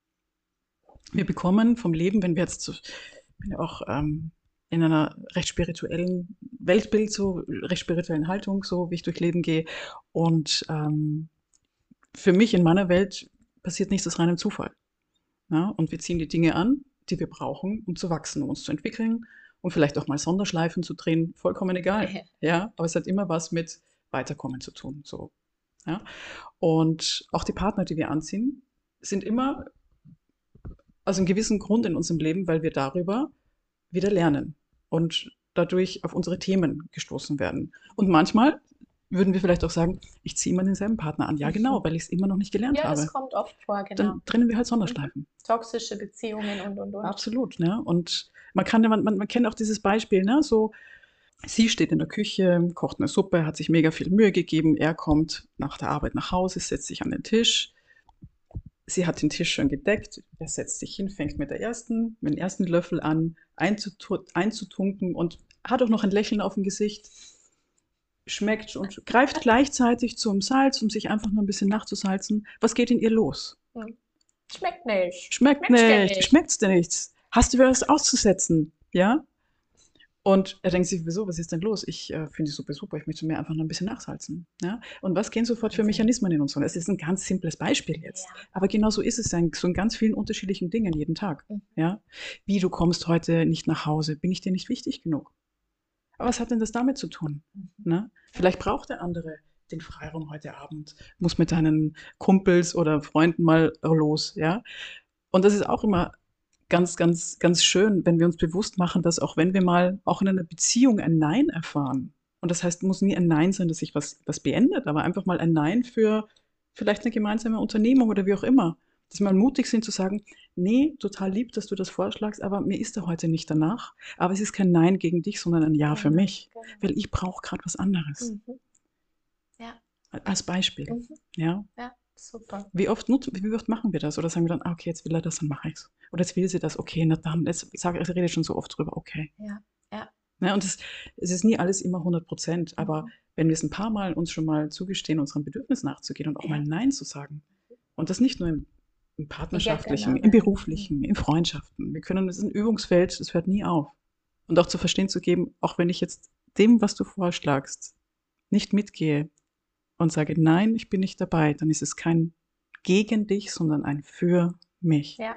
Speaker 1: Wir bekommen vom Leben, wenn wir jetzt, so, ich bin ja auch ähm, in einer recht spirituellen Weltbild, so recht spirituellen Haltung, so wie ich durch Leben gehe. Und ähm, für mich in meiner Welt passiert nichts aus reinem Zufall. Ja? Und wir ziehen die Dinge an, die wir brauchen, um zu wachsen, um uns zu entwickeln, um vielleicht auch mal Sonderschleifen zu drehen, vollkommen egal. Ja, aber es hat immer was mit Weiterkommen zu tun. So. Ja? Und auch die Partner, die wir anziehen, sind immer aus einem gewissen Grund in unserem Leben, weil wir darüber wieder lernen und dadurch auf unsere Themen gestoßen werden. Und manchmal würden wir vielleicht auch sagen, ich ziehe immer denselben Partner an. Ja, genau, weil ich es immer noch nicht gelernt
Speaker 2: Ja,
Speaker 1: habe.
Speaker 2: das kommt oft vor, genau.
Speaker 1: Dann trennen wir halt Sonderschleifen.
Speaker 2: Toxische Beziehungen und, und, und.
Speaker 1: Absolut, ne? Und man kann, man, man, man kennt auch dieses Beispiel, ne? So, sie steht in der Küche, kocht eine Suppe, hat sich mega viel Mühe gegeben. Er kommt nach der Arbeit nach Hause, setzt sich an den Tisch. Sie hat den Tisch schon gedeckt. Er setzt sich hin, fängt mit der ersten, mit dem ersten Löffel an, einzutu- einzutunken und hat auch noch ein Lächeln auf dem Gesicht. Schmeckt und greift gleichzeitig zum Salz, um sich einfach nur ein bisschen nachzusalzen. Was geht in ihr los?
Speaker 2: Hm. Schmeckt nicht.
Speaker 1: Schmeckt
Speaker 2: Schmeckt's dir
Speaker 1: nicht.
Speaker 2: nicht.
Speaker 1: Schmeckt's dir nichts? Hast du was auszusetzen? Ja? Und er denkt sich, wieso, was ist denn los? Ich äh, finde die Suppe super, ich möchte mir einfach nur ein bisschen nachsalzen. Ja? Und was gehen sofort für
Speaker 2: Wahnsinn.
Speaker 1: Mechanismen in uns? Es ist ein ganz simples Beispiel jetzt.
Speaker 2: Ja.
Speaker 1: Aber genau so ist es dann, so in ganz vielen unterschiedlichen Dingen jeden Tag.
Speaker 2: Mhm.
Speaker 1: Ja? Wie, du kommst heute nicht nach Hause, bin ich dir nicht wichtig genug? Aber was hat denn das damit zu tun?
Speaker 2: Mhm.
Speaker 1: Ne? Vielleicht braucht der andere den Freiraum heute Abend, muss mit deinen Kumpels oder Freunden mal los. Ja? Und das ist auch immer ganz, ganz, ganz schön, wenn wir uns bewusst machen, dass auch wenn wir mal auch in einer Beziehung ein Nein erfahren, und das heißt, muss nie ein Nein sein, dass sich was, was beendet, aber einfach mal ein Nein für vielleicht eine gemeinsame Unternehmung oder wie auch immer, dass wir mal mutig sind zu sagen, nee, total lieb, dass du das vorschlagst, aber mir ist da heute nicht danach. Aber es ist kein Nein gegen dich, sondern ein Ja für
Speaker 2: Genau,
Speaker 1: mich,
Speaker 2: genau.
Speaker 1: weil ich brauche gerade was anderes.
Speaker 2: Mhm. Ja.
Speaker 1: Als Beispiel.
Speaker 2: Mhm.
Speaker 1: Ja.
Speaker 2: Ja, super.
Speaker 1: Wie oft, nut- wie oft machen wir das? Oder sagen wir dann, ah, okay, jetzt will er das, dann mache ich's. Oder jetzt will sie das, okay, na dann, jetzt sage ich, rede ich schon so oft drüber, okay.
Speaker 2: Ja, ja.
Speaker 1: Ne, und es, es ist nie alles immer hundert Prozent, aber
Speaker 2: Mhm.
Speaker 1: wenn wir es ein paar Mal uns schon mal zugestehen, unserem Bedürfnis nachzugehen und auch
Speaker 2: Ja.
Speaker 1: mal Nein zu sagen, und das nicht nur im, im partnerschaftlichen,
Speaker 2: genau,
Speaker 1: im
Speaker 2: nein.
Speaker 1: beruflichen, in Freundschaften. Wir können, das ist ein Übungsfeld, das hört nie auf. Und auch zu verstehen zu geben, auch wenn ich jetzt dem, was du vorschlagst, nicht mitgehe und sage, nein, ich bin nicht dabei, dann ist es kein gegen dich, sondern ein für mich.
Speaker 2: Ja,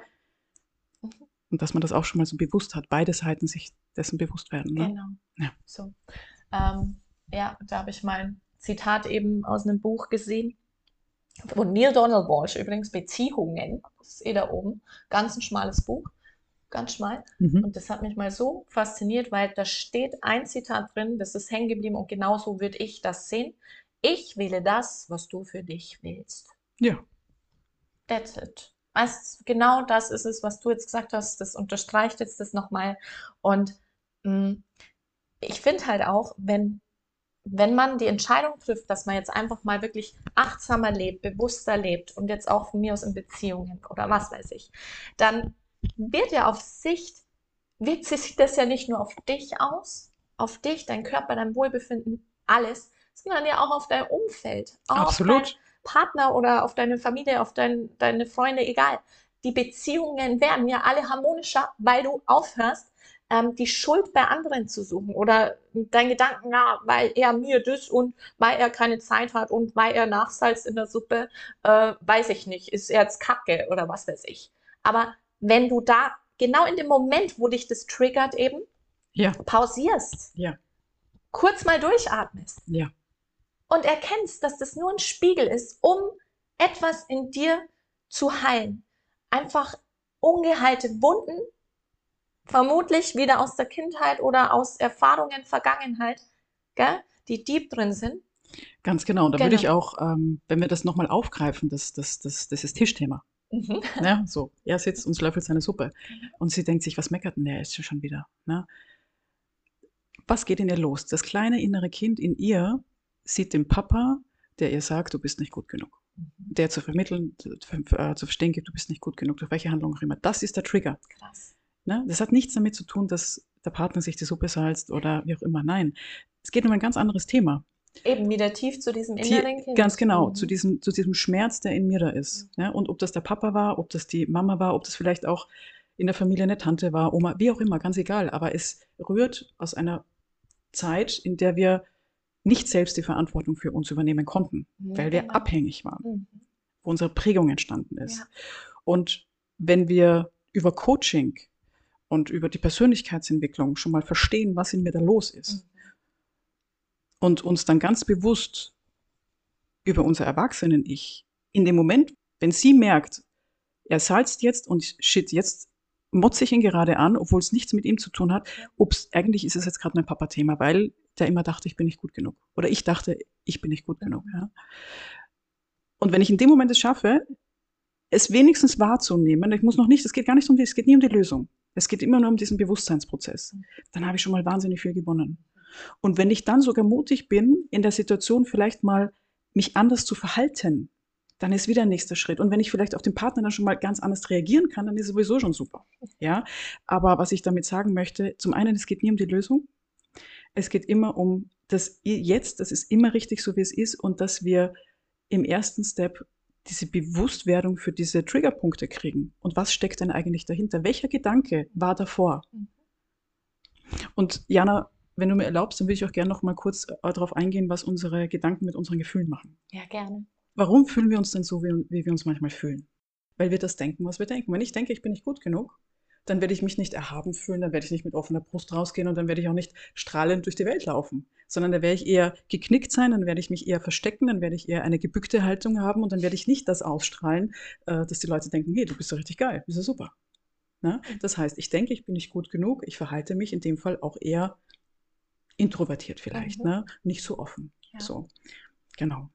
Speaker 1: Und dass man das auch schon mal so bewusst hat, beide Seiten sich dessen bewusst werden. Ne?
Speaker 2: genau.
Speaker 1: Ja.
Speaker 2: So. Ähm, ja, da habe ich mal ein Zitat eben aus einem Buch gesehen. Von Neil Donald Walsh übrigens, Beziehungen. Das ist eh da oben. Ganz ein schmales Buch. Ganz schmal.
Speaker 1: Mhm.
Speaker 2: Und das hat mich mal so fasziniert, weil da steht ein Zitat drin, das ist hängen geblieben und genauso würde ich das sehen. Ich wähle das, was du für dich willst.
Speaker 1: Ja.
Speaker 2: That's it. Weißt, genau das ist es, was du jetzt gesagt hast. Das unterstreicht jetzt das nochmal. Und mh, ich finde halt auch, wenn wenn man die Entscheidung trifft, dass man jetzt einfach mal wirklich achtsamer lebt, bewusster lebt und jetzt auch von mir aus in Beziehungen oder was weiß ich, dann wird ja auf Sicht, wirkt sich das ja nicht nur auf dich aus, auf dich, dein Körper, dein Wohlbefinden, alles, sondern ja auch auf dein Umfeld, auch auf deinen
Speaker 1: Absolut.
Speaker 2: Partner oder auf deine Familie, auf dein, deine Freunde, egal. Die Beziehungen werden ja alle harmonischer, weil du aufhörst, ähm, die Schuld bei anderen zu suchen oder dein Gedanken, ja, weil er mir das und weil er keine Zeit hat und weil er Nachsalz in der Suppe, äh, weiß ich nicht, ist er jetzt Kacke oder was weiß ich. Aber wenn du da genau in dem Moment, wo dich das triggert eben,
Speaker 1: Ja,
Speaker 2: pausierst,
Speaker 1: ja,
Speaker 2: kurz mal durchatmest
Speaker 1: ja.
Speaker 2: und erkennst, dass das nur ein Spiegel ist, um etwas in dir zu heilen. Einfach ungeheilte Wunden, vermutlich wieder aus der Kindheit oder aus Erfahrungen Vergangenheit, gell, die deep drin sind.
Speaker 1: Ganz genau. Und da würde ich
Speaker 2: Genau.
Speaker 1: auch, ähm, wenn wir das nochmal aufgreifen, das, das, das, das ist Tischthema.
Speaker 2: Mhm.
Speaker 1: Ne? So, er sitzt und löffelt seine Suppe. Und sie denkt sich, was meckert denn der jetzt schon wieder? Ne? Was geht in ihr los? Das kleine innere Kind in ihr sieht den Papa, der ihr sagt, du bist nicht gut genug. Der zu vermitteln, zu, äh, zu verstehen gibt, du bist nicht gut genug, durch welche Handlung auch immer. Das ist der Trigger.
Speaker 2: Krass.
Speaker 1: Ne? Das hat nichts damit zu tun, dass der Partner sich die Suppe salzt oder wie auch immer. Nein, es geht um ein ganz anderes Thema.
Speaker 2: Eben wieder tief zu diesem
Speaker 1: Die,
Speaker 2: inneren Kind.
Speaker 1: ganz genau,
Speaker 2: Mhm.
Speaker 1: zu, diesem, zu diesem Schmerz, der in mir da ist.
Speaker 2: Mhm.
Speaker 1: Ne? Und ob das der Papa war, ob das die Mama war, ob das vielleicht auch in der Familie eine Tante war, Oma, wie auch immer, ganz egal. Aber es rührt aus einer Zeit, in der wir nicht selbst die Verantwortung für uns übernehmen konnten,
Speaker 2: Mhm,
Speaker 1: weil wir
Speaker 2: genau.
Speaker 1: abhängig waren,
Speaker 2: Mhm.
Speaker 1: wo unsere Prägung entstanden ist.
Speaker 2: Ja.
Speaker 1: Und wenn wir über Coaching und über die Persönlichkeitsentwicklung schon mal verstehen, was in mir da los ist,
Speaker 2: Mhm.
Speaker 1: und uns dann ganz bewusst über unser Erwachsenen-Ich in dem Moment, wenn sie merkt, er salzt jetzt und shit, jetzt motze ich ihn gerade an, obwohl es nichts mit ihm zu tun hat, ups, eigentlich ist es jetzt gerade mein Papa-Thema, weil der immer dachte, ich bin nicht gut genug. Oder ich dachte, ich bin nicht gut
Speaker 2: Mhm.
Speaker 1: genug. Ja. Und wenn ich in dem Moment es schaffe, es wenigstens wahrzunehmen, ich muss noch nicht, es geht gar nicht um die, es geht nie um die Lösung. Es geht immer nur um diesen Bewusstseinsprozess. Dann habe ich schon mal wahnsinnig viel gewonnen. Und wenn ich dann sogar mutig bin, in der Situation vielleicht mal mich anders zu verhalten, dann ist wieder ein nächster Schritt. Und wenn ich vielleicht auf den Partner dann schon mal ganz anders reagieren kann, dann ist es sowieso schon super. Ja? Aber was ich damit sagen möchte, zum einen, es geht nie um die Lösung. Es geht immer um das Jetzt, das ist immer richtig so, wie es ist, und dass wir im ersten Step diese Bewusstwerdung für diese Triggerpunkte kriegen. Und was steckt denn eigentlich dahinter? Welcher Gedanke war davor?
Speaker 2: Mhm.
Speaker 1: Und Jana, wenn du mir erlaubst, dann will ich auch gerne noch mal kurz äh, darauf eingehen, was unsere Gedanken mit unseren Gefühlen machen.
Speaker 2: Ja, gerne.
Speaker 1: Warum fühlen wir uns denn so, wie, wie wir uns manchmal fühlen? Weil wir das denken, was wir denken. Wenn ich denke, ich bin nicht gut genug, dann werde ich mich nicht erhaben fühlen, dann werde ich nicht mit offener Brust rausgehen und dann werde ich auch nicht strahlend durch die Welt laufen, sondern da werde ich eher geknickt sein, dann werde ich mich eher verstecken, dann werde ich eher eine gebückte Haltung haben und dann werde ich nicht das ausstrahlen, äh, dass die Leute denken, hey, du bist doch richtig geil, du bist ja super. Ne? Das heißt, ich denke, ich bin nicht gut genug, ich verhalte mich in dem Fall auch eher introvertiert vielleicht,
Speaker 2: Mhm.
Speaker 1: ne? Nicht so offen.
Speaker 2: Ja.
Speaker 1: So, genau.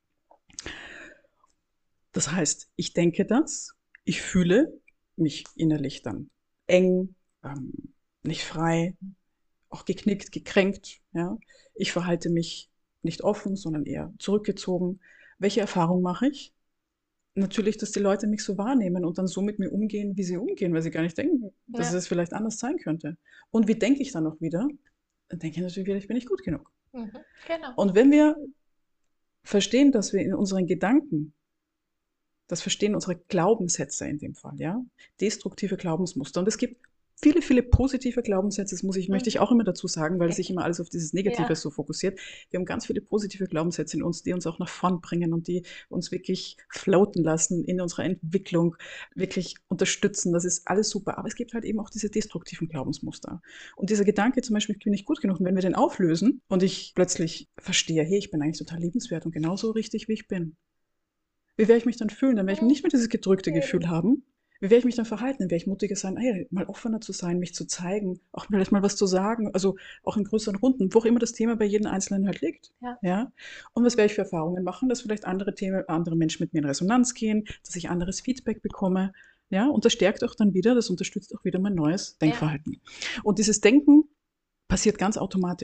Speaker 1: Das heißt, ich denke das, ich fühle mich innerlich dann eng, ähm, nicht frei, auch geknickt, gekränkt. Ja? Ich verhalte mich nicht offen, sondern eher zurückgezogen. Welche Erfahrung mache ich? Natürlich, dass die Leute mich so wahrnehmen und dann so mit mir umgehen, wie sie umgehen, weil sie gar nicht denken, dass
Speaker 2: Ja.
Speaker 1: es vielleicht anders sein könnte. Und wie denke ich dann auch wieder? Dann denke ich natürlich wieder, ich bin nicht gut genug.
Speaker 2: Mhm. Genau.
Speaker 1: Und wenn wir verstehen, dass wir in unseren Gedanken, das Verstehen unserer Glaubenssätze in dem Fall, ja, destruktive Glaubensmuster. Und es gibt viele, viele positive Glaubenssätze, das muss ich, möchte ich
Speaker 2: Mhm.
Speaker 1: auch immer dazu sagen, weil sich immer alles auf dieses Negative
Speaker 2: Ja.
Speaker 1: so fokussiert. Wir haben ganz viele positive Glaubenssätze in uns, die uns auch nach vorn bringen und die uns wirklich floaten lassen in unserer Entwicklung, wirklich unterstützen. Das ist alles super. Aber es gibt halt eben auch diese destruktiven Glaubensmuster. Und dieser Gedanke zum Beispiel, ich bin nicht gut genug, und wenn wir den auflösen und ich plötzlich verstehe, hey, ich bin eigentlich total liebenswert und genauso richtig, wie ich bin. Wie werde ich mich dann fühlen? Dann werde ich nicht mehr dieses gedrückte Gefühl haben. Wie werde ich mich dann verhalten? Dann werde ich mutiger sein, hey, mal offener zu sein, mich zu zeigen, auch vielleicht mal was zu sagen, also auch in größeren Runden, wo auch immer das Thema bei jedem Einzelnen halt liegt.
Speaker 2: Ja.
Speaker 1: Ja? Und was werde ich für Erfahrungen machen, dass vielleicht andere Themen, andere Menschen mit mir in Resonanz gehen, dass ich anderes Feedback bekomme. Ja? Und das stärkt auch dann wieder, das unterstützt auch wieder mein neues Denkverhalten. Ja. Und dieses Denken passiert ganz automatisch.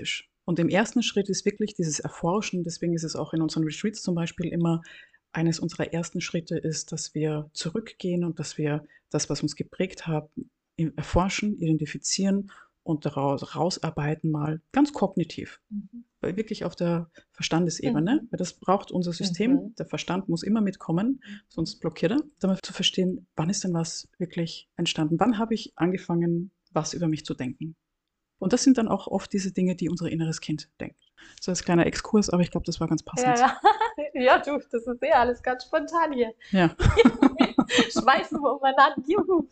Speaker 1: Und im ersten Schritt ist wirklich dieses Erforschen, deswegen ist es auch in unseren Retreats zum Beispiel immer eines unserer ersten Schritte ist, dass wir zurückgehen und dass wir das, was uns geprägt hat, erforschen, identifizieren und daraus rausarbeiten mal ganz kognitiv. Mhm. Weil wirklich auf der Verstandesebene, mhm. weil das braucht unser System, mhm. der Verstand muss immer mitkommen, sonst blockiert er, damit zu verstehen, wann ist denn was wirklich entstanden, wann habe ich angefangen, was über mich zu denken. Und das sind dann auch oft diese Dinge, die unser inneres Kind denkt. So als kleiner Exkurs, aber ich glaube, das war ganz passend.
Speaker 2: Ja, ja. Ja, du, das ist ja alles ganz spontan hier.
Speaker 1: Ja.
Speaker 2: Schmeißen wir umeinander. Juhu.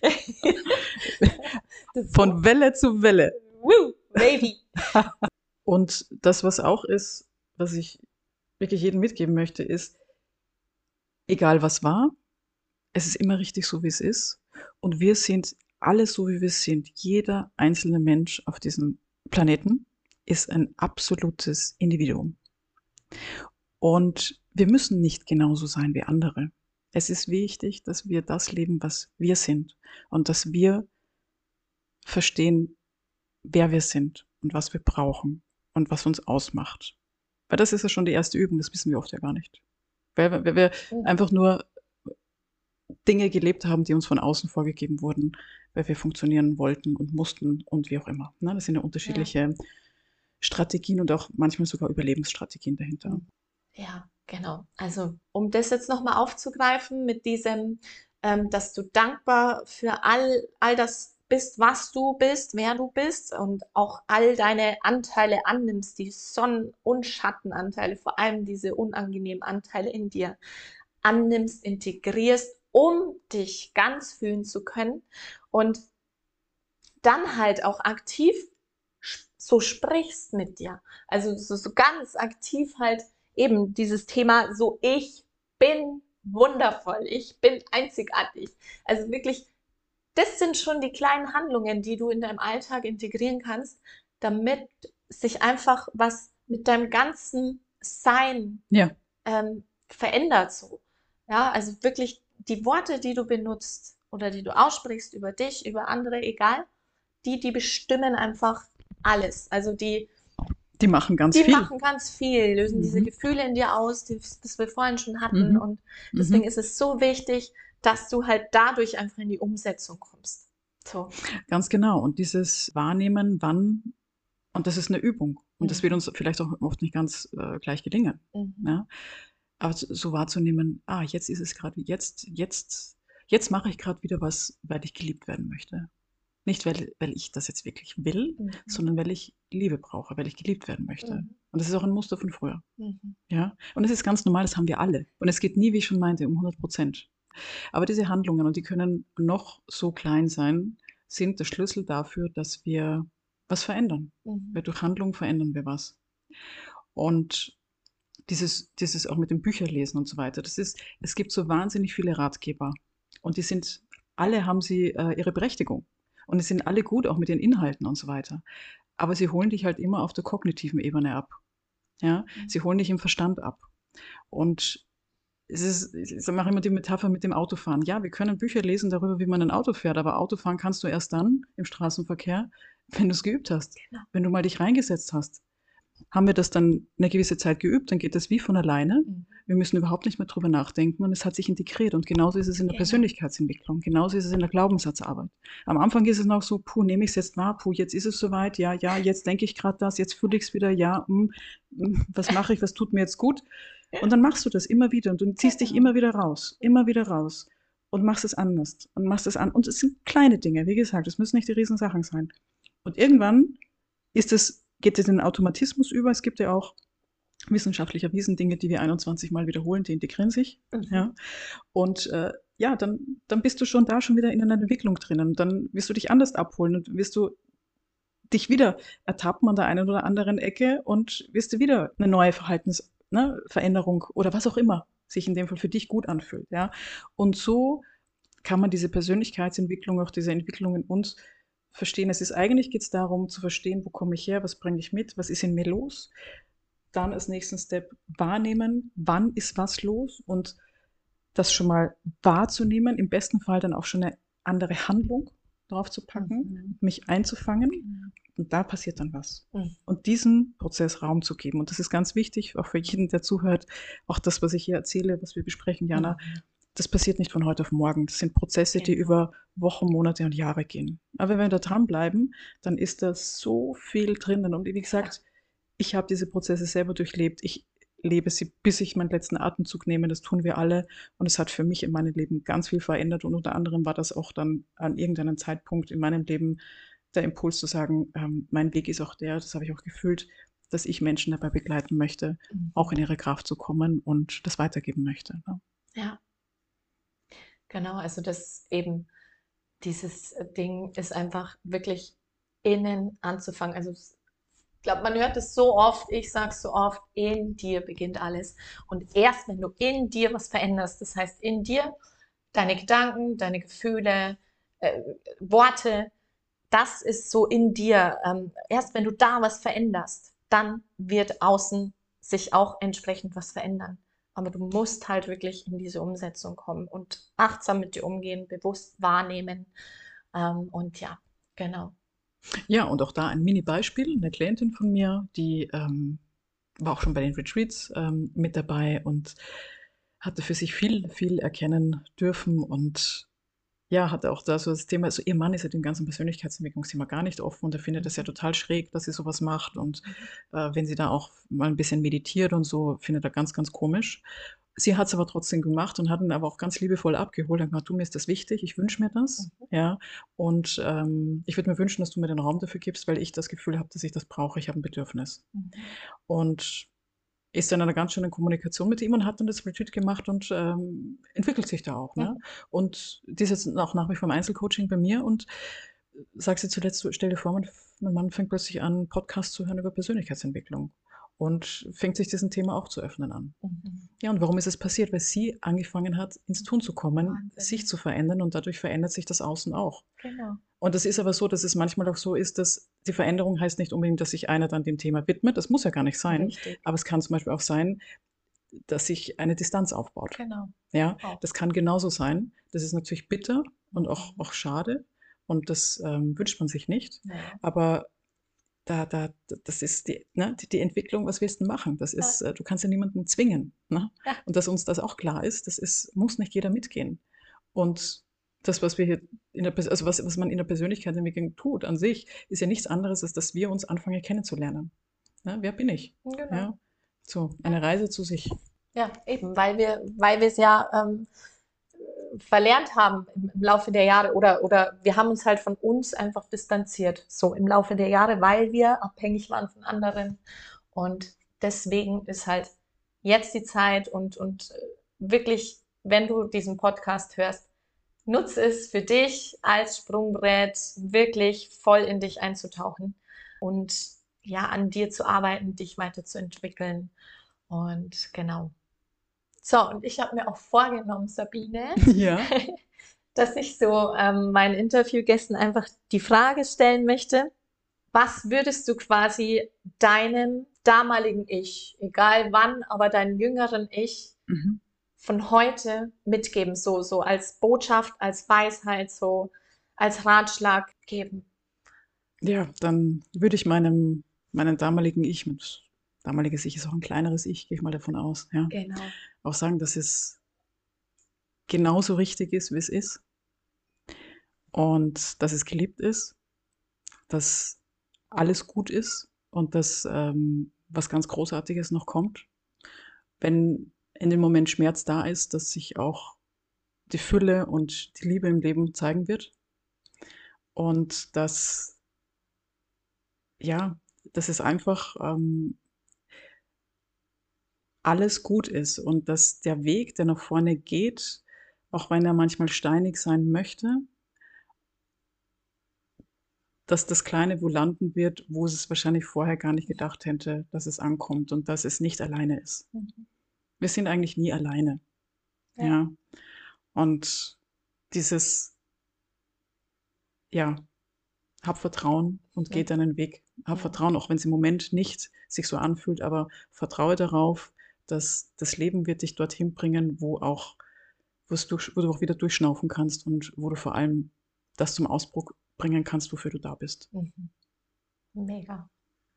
Speaker 1: Von so. Welle zu Welle.
Speaker 2: Woo, baby.
Speaker 1: Und das, was auch ist, was ich wirklich jedem mitgeben möchte, ist, egal was war, es ist immer richtig so, wie es ist. Und wir sind alle so, wie wir sind. Jeder einzelne Mensch auf diesem Planeten ist ein absolutes Individuum. Und wir müssen nicht genauso sein wie andere. Es ist wichtig, dass wir das leben, was wir sind. Und dass wir verstehen, wer wir sind und was wir brauchen und was uns ausmacht. Weil das ist ja schon die erste Übung, das wissen wir oft ja gar nicht. Weil, weil wir einfach nur Dinge gelebt haben, die uns von außen vorgegeben wurden, weil wir funktionieren wollten und mussten und wie auch immer. Das sind ja unterschiedliche ja. Strategien und auch manchmal sogar Überlebensstrategien dahinter.
Speaker 2: Ja, genau. Also um das jetzt nochmal aufzugreifen mit diesem, ähm, dass du dankbar für all, all das bist, was du bist, wer du bist und auch all deine Anteile annimmst, die Sonnen- und Schattenanteile, vor allem diese unangenehmen Anteile in dir annimmst, integrierst, um dich ganz fühlen zu können und dann halt auch aktiv so sprichst mit dir. Also so, so ganz aktiv halt eben dieses Thema, so ich bin wundervoll, ich bin einzigartig. Also wirklich, das sind schon die kleinen Handlungen, die du in deinem Alltag integrieren kannst, damit sich einfach was mit deinem ganzen Sein
Speaker 1: ja.
Speaker 2: ähm, verändert so. Ja, also wirklich die Worte, die du benutzt oder die du aussprichst über dich, über andere, egal, die, die bestimmen einfach alles. Also die,
Speaker 1: die machen ganz
Speaker 2: die
Speaker 1: viel.
Speaker 2: Die machen ganz viel, lösen mhm. diese Gefühle in dir aus, die, das wir vorhin schon hatten. Mhm. Und deswegen mhm. ist es so wichtig, dass du halt dadurch einfach in die Umsetzung kommst. So.
Speaker 1: Ganz genau. Und dieses Wahrnehmen, wann, und das ist eine Übung. Und mhm. das wird uns vielleicht auch oft nicht ganz äh, gleich gelingen. Mhm. Ja? Aber so wahrzunehmen, ah, jetzt ist es gerade, jetzt, jetzt, jetzt mache ich gerade wieder was, weil ich geliebt werden möchte. Nicht, weil, weil ich das jetzt wirklich will, mhm. sondern weil ich Liebe brauche, weil ich geliebt werden möchte. Mhm. Und das ist auch ein Muster von früher. Mhm. Ja? Und es ist ganz normal, das haben wir alle. Und es geht nie, wie ich schon meinte, um hundert Prozent. Aber diese Handlungen, und die können noch so klein sein, sind der Schlüssel dafür, dass wir was verändern. Mhm. Weil durch Handlung verändern wir was. Und dieses, dieses auch mit dem Bücherlesen und so weiter, das ist, es gibt so wahnsinnig viele Ratgeber. Und die sind, alle haben sie äh, ihre Berechtigung. Und es sind alle gut, auch mit den Inhalten und so weiter. Aber sie holen dich halt immer auf der kognitiven Ebene ab. Ja? Mhm. Sie holen dich im Verstand ab. Und es ist, ich mache immer die Metapher mit dem Autofahren. Ja, wir können Bücher lesen darüber, wie man ein Auto fährt, aber Autofahren kannst du erst dann im Straßenverkehr, wenn du es geübt hast. Genau. Wenn du mal dich reingesetzt hast. Haben wir das dann eine gewisse Zeit geübt, dann geht das wie von alleine. Mhm. Wir müssen überhaupt nicht mehr drüber nachdenken und es hat sich integriert. Und genauso ist es in der genau. Persönlichkeitsentwicklung, genauso ist es in der Glaubenssatzarbeit. Am Anfang ist es noch so, puh, nehme ich es jetzt wahr, puh, jetzt ist es soweit, ja, ja, jetzt denke ich gerade das, jetzt fühle ich es wieder, ja, mh, mh, was mache ich, was tut mir jetzt gut? Und dann machst du das immer wieder und du ziehst dich immer wieder raus, immer wieder raus und machst es anders und machst es an. Und es sind kleine Dinge, wie gesagt, es müssen nicht die Riesensachen sein. Und irgendwann ist es geht es in den Automatismus über. Es gibt ja auch wissenschaftlich erwiesen Dinge, die wir einundzwanzig Mal wiederholen, die integrieren sich. Mhm. Ja. Und äh, ja, dann, dann bist du schon da schon wieder in einer Entwicklung drinnen. Dann wirst du dich anders abholen und wirst du dich wieder ertappen an der einen oder anderen Ecke und wirst du wieder eine neue Verhaltensveränderung ne, oder was auch immer sich in dem Fall für dich gut anfühlt. Ja. Und so kann man diese Persönlichkeitsentwicklung, auch diese Entwicklung in uns verstehen. Es ist eigentlich geht es darum zu verstehen, wo komme ich her, was bringe ich mit, was ist in mir los. Dann als nächsten Step wahrnehmen, wann ist was los und das schon mal wahrzunehmen, im besten Fall dann auch schon eine andere Handlung drauf zu packen, mhm. mich einzufangen. Mhm. Und da passiert dann was.
Speaker 2: Mhm.
Speaker 1: Und diesen Prozess Raum zu geben. Und das ist ganz wichtig, auch für jeden, der zuhört, auch das, was ich hier erzähle, was wir besprechen, Jana,
Speaker 2: Mhm.
Speaker 1: das passiert nicht von heute auf morgen. Das sind Prozesse, die
Speaker 2: Genau.
Speaker 1: über Wochen, Monate und Jahre gehen. Aber wenn wir da dranbleiben, dann ist da so viel drinnen. Und wie gesagt, ich habe diese Prozesse selber durchlebt. Ich lebe sie, bis ich meinen letzten Atemzug nehme. Das tun wir alle. Und es hat für mich in meinem Leben ganz viel verändert. Und unter anderem war das auch dann an irgendeinem Zeitpunkt in meinem Leben der Impuls zu sagen, ähm, mein Weg ist auch der, das habe ich auch gefühlt, dass ich Menschen dabei begleiten möchte,
Speaker 2: Mhm.
Speaker 1: auch in ihre Kraft zu kommen und das weitergeben möchte. Ne?
Speaker 2: Ja, genau. Also das eben, dieses Ding ist einfach wirklich innen anzufangen. Also ich glaube, man hört es so oft, ich sage es so oft, in dir beginnt alles. Und erst wenn du in dir was veränderst, das heißt in dir, deine Gedanken, deine Gefühle, äh, Worte, das ist so in dir. Ähm, erst wenn du da was veränderst, dann wird außen sich auch entsprechend was verändern. Aber du musst halt wirklich in diese Umsetzung kommen und achtsam mit dir umgehen, bewusst wahrnehmen. Ähm, und ja, genau.
Speaker 1: Ja, und auch da ein Mini-Beispiel. Eine Klientin von mir, die ähm, war auch schon bei den Retreats ähm, mit dabei und hatte für sich viel, viel erkennen dürfen und ja, hatte auch da so das Thema, also ihr Mann ist ja dem ganzen Persönlichkeitsentwicklungsthema gar nicht offen und er findet das ja total schräg, dass sie sowas macht und äh, wenn sie da auch mal ein bisschen meditiert und so, findet er ganz, ganz komisch. Sie hat es aber trotzdem gemacht und hat ihn aber auch ganz liebevoll abgeholt und gesagt, du, mir ist das wichtig, ich wünsche mir das,
Speaker 2: Mhm.
Speaker 1: ja, und ähm, ich würde mir wünschen, dass du mir den Raum dafür gibst, weil ich das Gefühl habe, dass ich das brauche, ich habe ein Bedürfnis.
Speaker 2: Mhm.
Speaker 1: Und ist dann in einer ganz schönen Kommunikation mit ihm und hat dann das Retreat gemacht und ähm, entwickelt sich da auch. Ne?
Speaker 2: Mhm.
Speaker 1: Und die ist jetzt auch nach wie vor im Einzelcoaching bei mir und sagt sie zuletzt, so, stell dir vor, mein, mein Mann fängt plötzlich an, Podcasts zu hören über Persönlichkeitsentwicklung und fängt sich diesem Thema auch zu öffnen an.
Speaker 2: Mhm.
Speaker 1: Ja, und warum ist es passiert? Weil sie angefangen hat, ins Tun zu kommen,
Speaker 2: Wahnsinn.
Speaker 1: sich zu verändern und dadurch verändert sich das Außen auch.
Speaker 2: Genau.
Speaker 1: Und das ist aber so, dass es manchmal auch so ist, dass die Veränderung heißt nicht unbedingt, dass sich einer dann dem Thema widmet. Das muss ja gar nicht sein.
Speaker 2: Richtig.
Speaker 1: Aber es kann zum Beispiel auch sein, dass sich eine Distanz aufbaut.
Speaker 2: Genau.
Speaker 1: Ja,
Speaker 2: Auch.
Speaker 1: das kann genauso sein. Das ist natürlich bitter und auch, auch schade. Und das ähm, wünscht man sich nicht.
Speaker 2: Ja.
Speaker 1: Aber da, da, das ist die, ne, die, die Entwicklung, was willst du machen? Das ist,
Speaker 2: Ja.
Speaker 1: äh, du kannst ja niemanden zwingen. Ne?
Speaker 2: Ja.
Speaker 1: Und dass uns das auch klar ist, das ist, muss nicht jeder mitgehen. Und das, was wir hier in der, also was, was man in der Persönlichkeitsentwicklung tut an sich, ist ja nichts anderes, als dass wir uns anfangen kennenzulernen. Ne? Wer bin ich?
Speaker 2: Genau.
Speaker 1: Ja? So, eine Reise zu sich.
Speaker 2: Ja, eben, weil wir, weil wir es ja ähm, verlernt haben im, im Laufe der Jahre oder, oder wir haben uns halt von uns einfach distanziert, so im Laufe der Jahre, weil wir abhängig waren von anderen. Und deswegen ist halt jetzt die Zeit und, und wirklich, wenn du diesen Podcast hörst, nutze es für dich als Sprungbrett, wirklich voll in dich einzutauchen und ja, an dir zu arbeiten, dich weiterzuentwickeln. Und genau. So, und ich habe mir auch vorgenommen, Sabine,
Speaker 1: Ja.
Speaker 2: dass ich so ähm, meinen Interviewgästen einfach die Frage stellen möchte, was würdest du quasi deinem damaligen Ich, egal wann, aber deinem jüngeren Ich
Speaker 1: Mhm.
Speaker 2: von heute mitgeben, so, so als Botschaft, als Weisheit, so als Ratschlag geben?
Speaker 1: Ja, dann würde ich meinem, meinem damaligen Ich, mit damaliges Ich ist auch ein kleineres Ich, gehe ich mal davon aus, ja,
Speaker 2: Genau.
Speaker 1: auch sagen, dass es genauso richtig ist, wie es ist und dass es geliebt ist, dass alles gut ist und dass ähm, was ganz Großartiges noch kommt. Wenn in dem Moment Schmerz da ist, dass sich auch die Fülle und die Liebe im Leben zeigen wird und dass, ja, dass es einfach ähm, alles gut ist und dass der Weg, der nach vorne geht, auch wenn er manchmal steinig sein möchte, dass das Kleine wo landen wird, wo es wahrscheinlich vorher gar nicht gedacht hätte, dass es ankommt und dass es nicht alleine ist.
Speaker 2: Mhm.
Speaker 1: Wir sind eigentlich nie alleine.
Speaker 2: Ja.
Speaker 1: Ja. Und dieses, ja, hab Vertrauen und geh
Speaker 2: Mhm.
Speaker 1: deinen Weg. Hab
Speaker 2: Mhm.
Speaker 1: Vertrauen, auch wenn es im Moment nicht sich so anfühlt, aber vertraue darauf, dass das Leben wird dich dorthin bringen, wo auch, wo's durch, wo du auch wieder durchschnaufen kannst und wo du vor allem das zum Ausbruch bringen kannst, wofür du da bist.
Speaker 2: Mhm. Mega.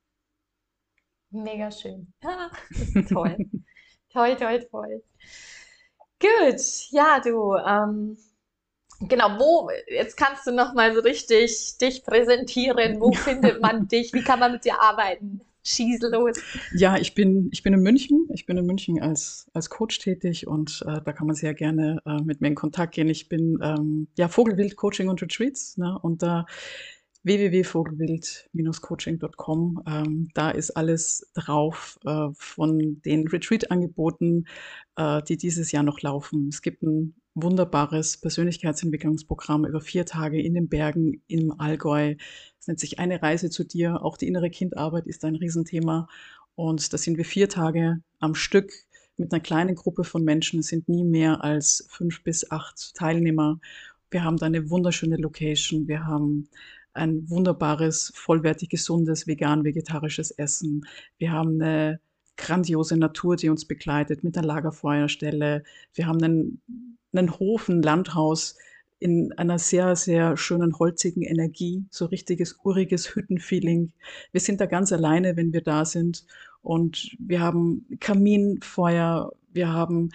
Speaker 2: Mega schön. Ja, toll. Toll, toll, toll. Gut, ja, du, ähm, genau, wo, jetzt kannst du noch mal so richtig dich präsentieren. Wo findet man dich? Wie kann man mit dir arbeiten? Schieß los.
Speaker 1: Ja, ich bin, ich bin in München. Ich bin in München als, als Coach tätig und äh, da kann man sehr gerne äh, mit mir in Kontakt gehen. Ich bin ähm, ja Vogelwild Coaching und Retreats, ne, und da w w w punkt vogelwild Bindestrich coaching punkt com. Ähm, da ist alles drauf äh, von den Retreat-Angeboten, äh, die dieses Jahr noch laufen. Es gibt ein wunderbares Persönlichkeitsentwicklungsprogramm über vier Tage in den Bergen im Allgäu. Es nennt sich Eine Reise zu dir. Auch die innere Kindarbeit ist ein Riesenthema. Und da sind wir vier Tage am Stück mit einer kleinen Gruppe von Menschen. Es sind nie mehr als fünf bis acht Teilnehmer. Wir haben da eine wunderschöne Location. Wir haben ein wunderbares, vollwertig gesundes, vegan-vegetarisches Essen. Wir haben eine grandiose Natur, die uns begleitet mit einer Lagerfeuerstelle. Wir haben einen, einen Hof, ein Landhaus in einer sehr, sehr schönen, holzigen Energie, so richtiges, uriges Hüttenfeeling. Wir sind da ganz alleine, wenn wir da sind. Und wir haben Kaminfeuer, wir haben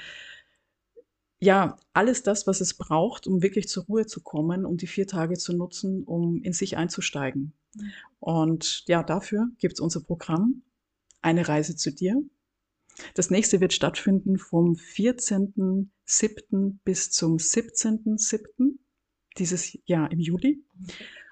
Speaker 1: ja, alles das, was es braucht, um wirklich zur Ruhe zu kommen, um die vier Tage zu nutzen, um in sich einzusteigen. Mhm. Und ja, dafür gibt es unser Programm Eine Reise zu dir. Das nächste wird stattfinden vom vierzehnten siebten bis zum siebzehnten siebten dieses Jahr im Juli. Mhm.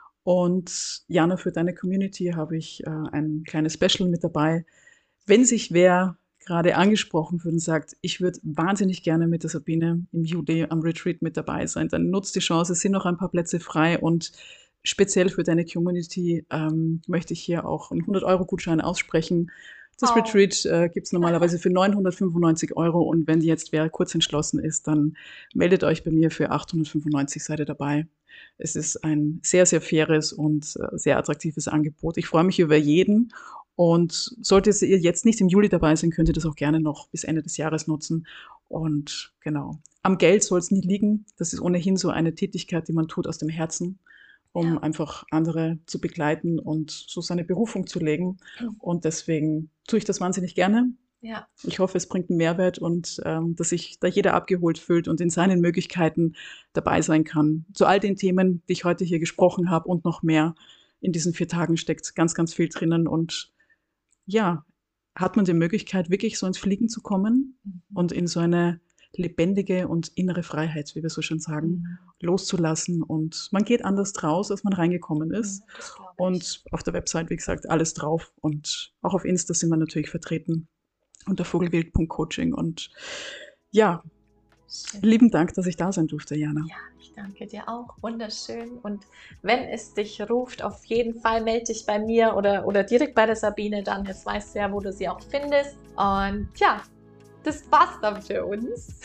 Speaker 1: Und Jana, für deine Community habe ich äh, ein kleines Special mit dabei. Wenn sich wer gerade angesprochen wird und sagt, ich würde wahnsinnig gerne mit der Sabine im Juli am Retreat mit dabei sein, dann nutzt die Chance, es sind noch ein paar Plätze frei und speziell für deine Community ähm, möchte ich hier auch einen hundert-Euro-Gutschein aussprechen. Das oh. Retreat äh, gibt es normalerweise für neunhundertfünfundneunzig Euro und wenn jetzt wer kurz entschlossen ist, dann meldet euch bei mir für achthundertfünfundneunzig, seid ihr dabei. Es ist ein sehr, sehr faires und äh, sehr attraktives Angebot. Ich freue mich über jeden. Und solltet ihr jetzt nicht im Juli dabei sein, könnt ihr das auch gerne noch bis Ende des Jahres nutzen. Und genau, am Geld soll es nie liegen. Das ist ohnehin so eine Tätigkeit, die man tut aus dem Herzen, um ja. einfach andere zu begleiten und so seine Berufung zu legen. Und deswegen tue ich das wahnsinnig gerne. Ja. Ich hoffe, es bringt einen Mehrwert und ähm, dass sich da jeder abgeholt fühlt und in seinen Möglichkeiten dabei sein kann. Zu all den Themen, die ich heute hier gesprochen habe und noch mehr. In diesen vier Tagen steckt ganz, ganz viel drinnen und ja, hat man die Möglichkeit, wirklich so ins Fliegen zu kommen mhm. und in so eine lebendige und innere Freiheit, wie wir so schön sagen, mhm. loszulassen. Und man geht anders draus, als man reingekommen ist. Mhm, und auf der Website, wie gesagt, alles drauf. Und auch auf Insta sind wir natürlich vertreten unter vogelwild punkt coaching. Und ja, schön. Lieben Dank, dass ich da sein durfte, Jana.
Speaker 2: Ja, ich danke dir auch. Wunderschön. Und wenn es dich ruft, auf jeden Fall melde dich bei mir oder, oder direkt bei der Sabine dann. Jetzt weißt du ja, wo du sie auch findest. Und ja, das war's dann für uns.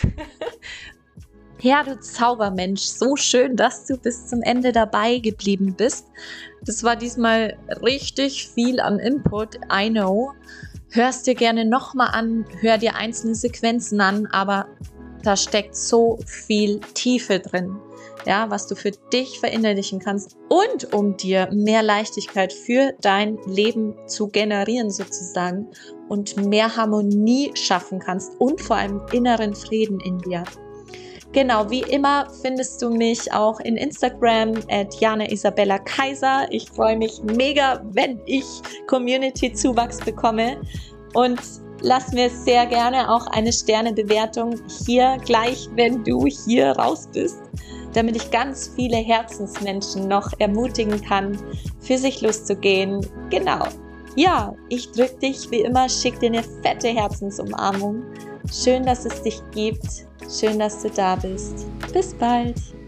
Speaker 2: Ja, du Zaubermensch, so schön, dass du bis zum Ende dabei geblieben bist. Das war diesmal richtig viel an Input, I know. Hörst dir gerne nochmal an, hör dir einzelne Sequenzen an, aber da steckt so viel Tiefe drin, ja, was du für dich verinnerlichen kannst und um dir mehr Leichtigkeit für dein Leben zu generieren sozusagen und mehr Harmonie schaffen kannst und vor allem inneren Frieden in dir. Genau, wie immer findest du mich auch in Instagram at Jana Isabella Kaiser. Ich freue mich mega, wenn ich Community-Zuwachs bekomme und lass mir sehr gerne auch eine Sternebewertung hier gleich, wenn du hier raus bist, damit ich ganz viele Herzensmenschen noch ermutigen kann, für sich loszugehen. Genau. Ja, ich drücke dich wie immer, schicke dir eine fette Herzensumarmung. Schön, dass es dich gibt. Schön, dass du da bist. Bis bald.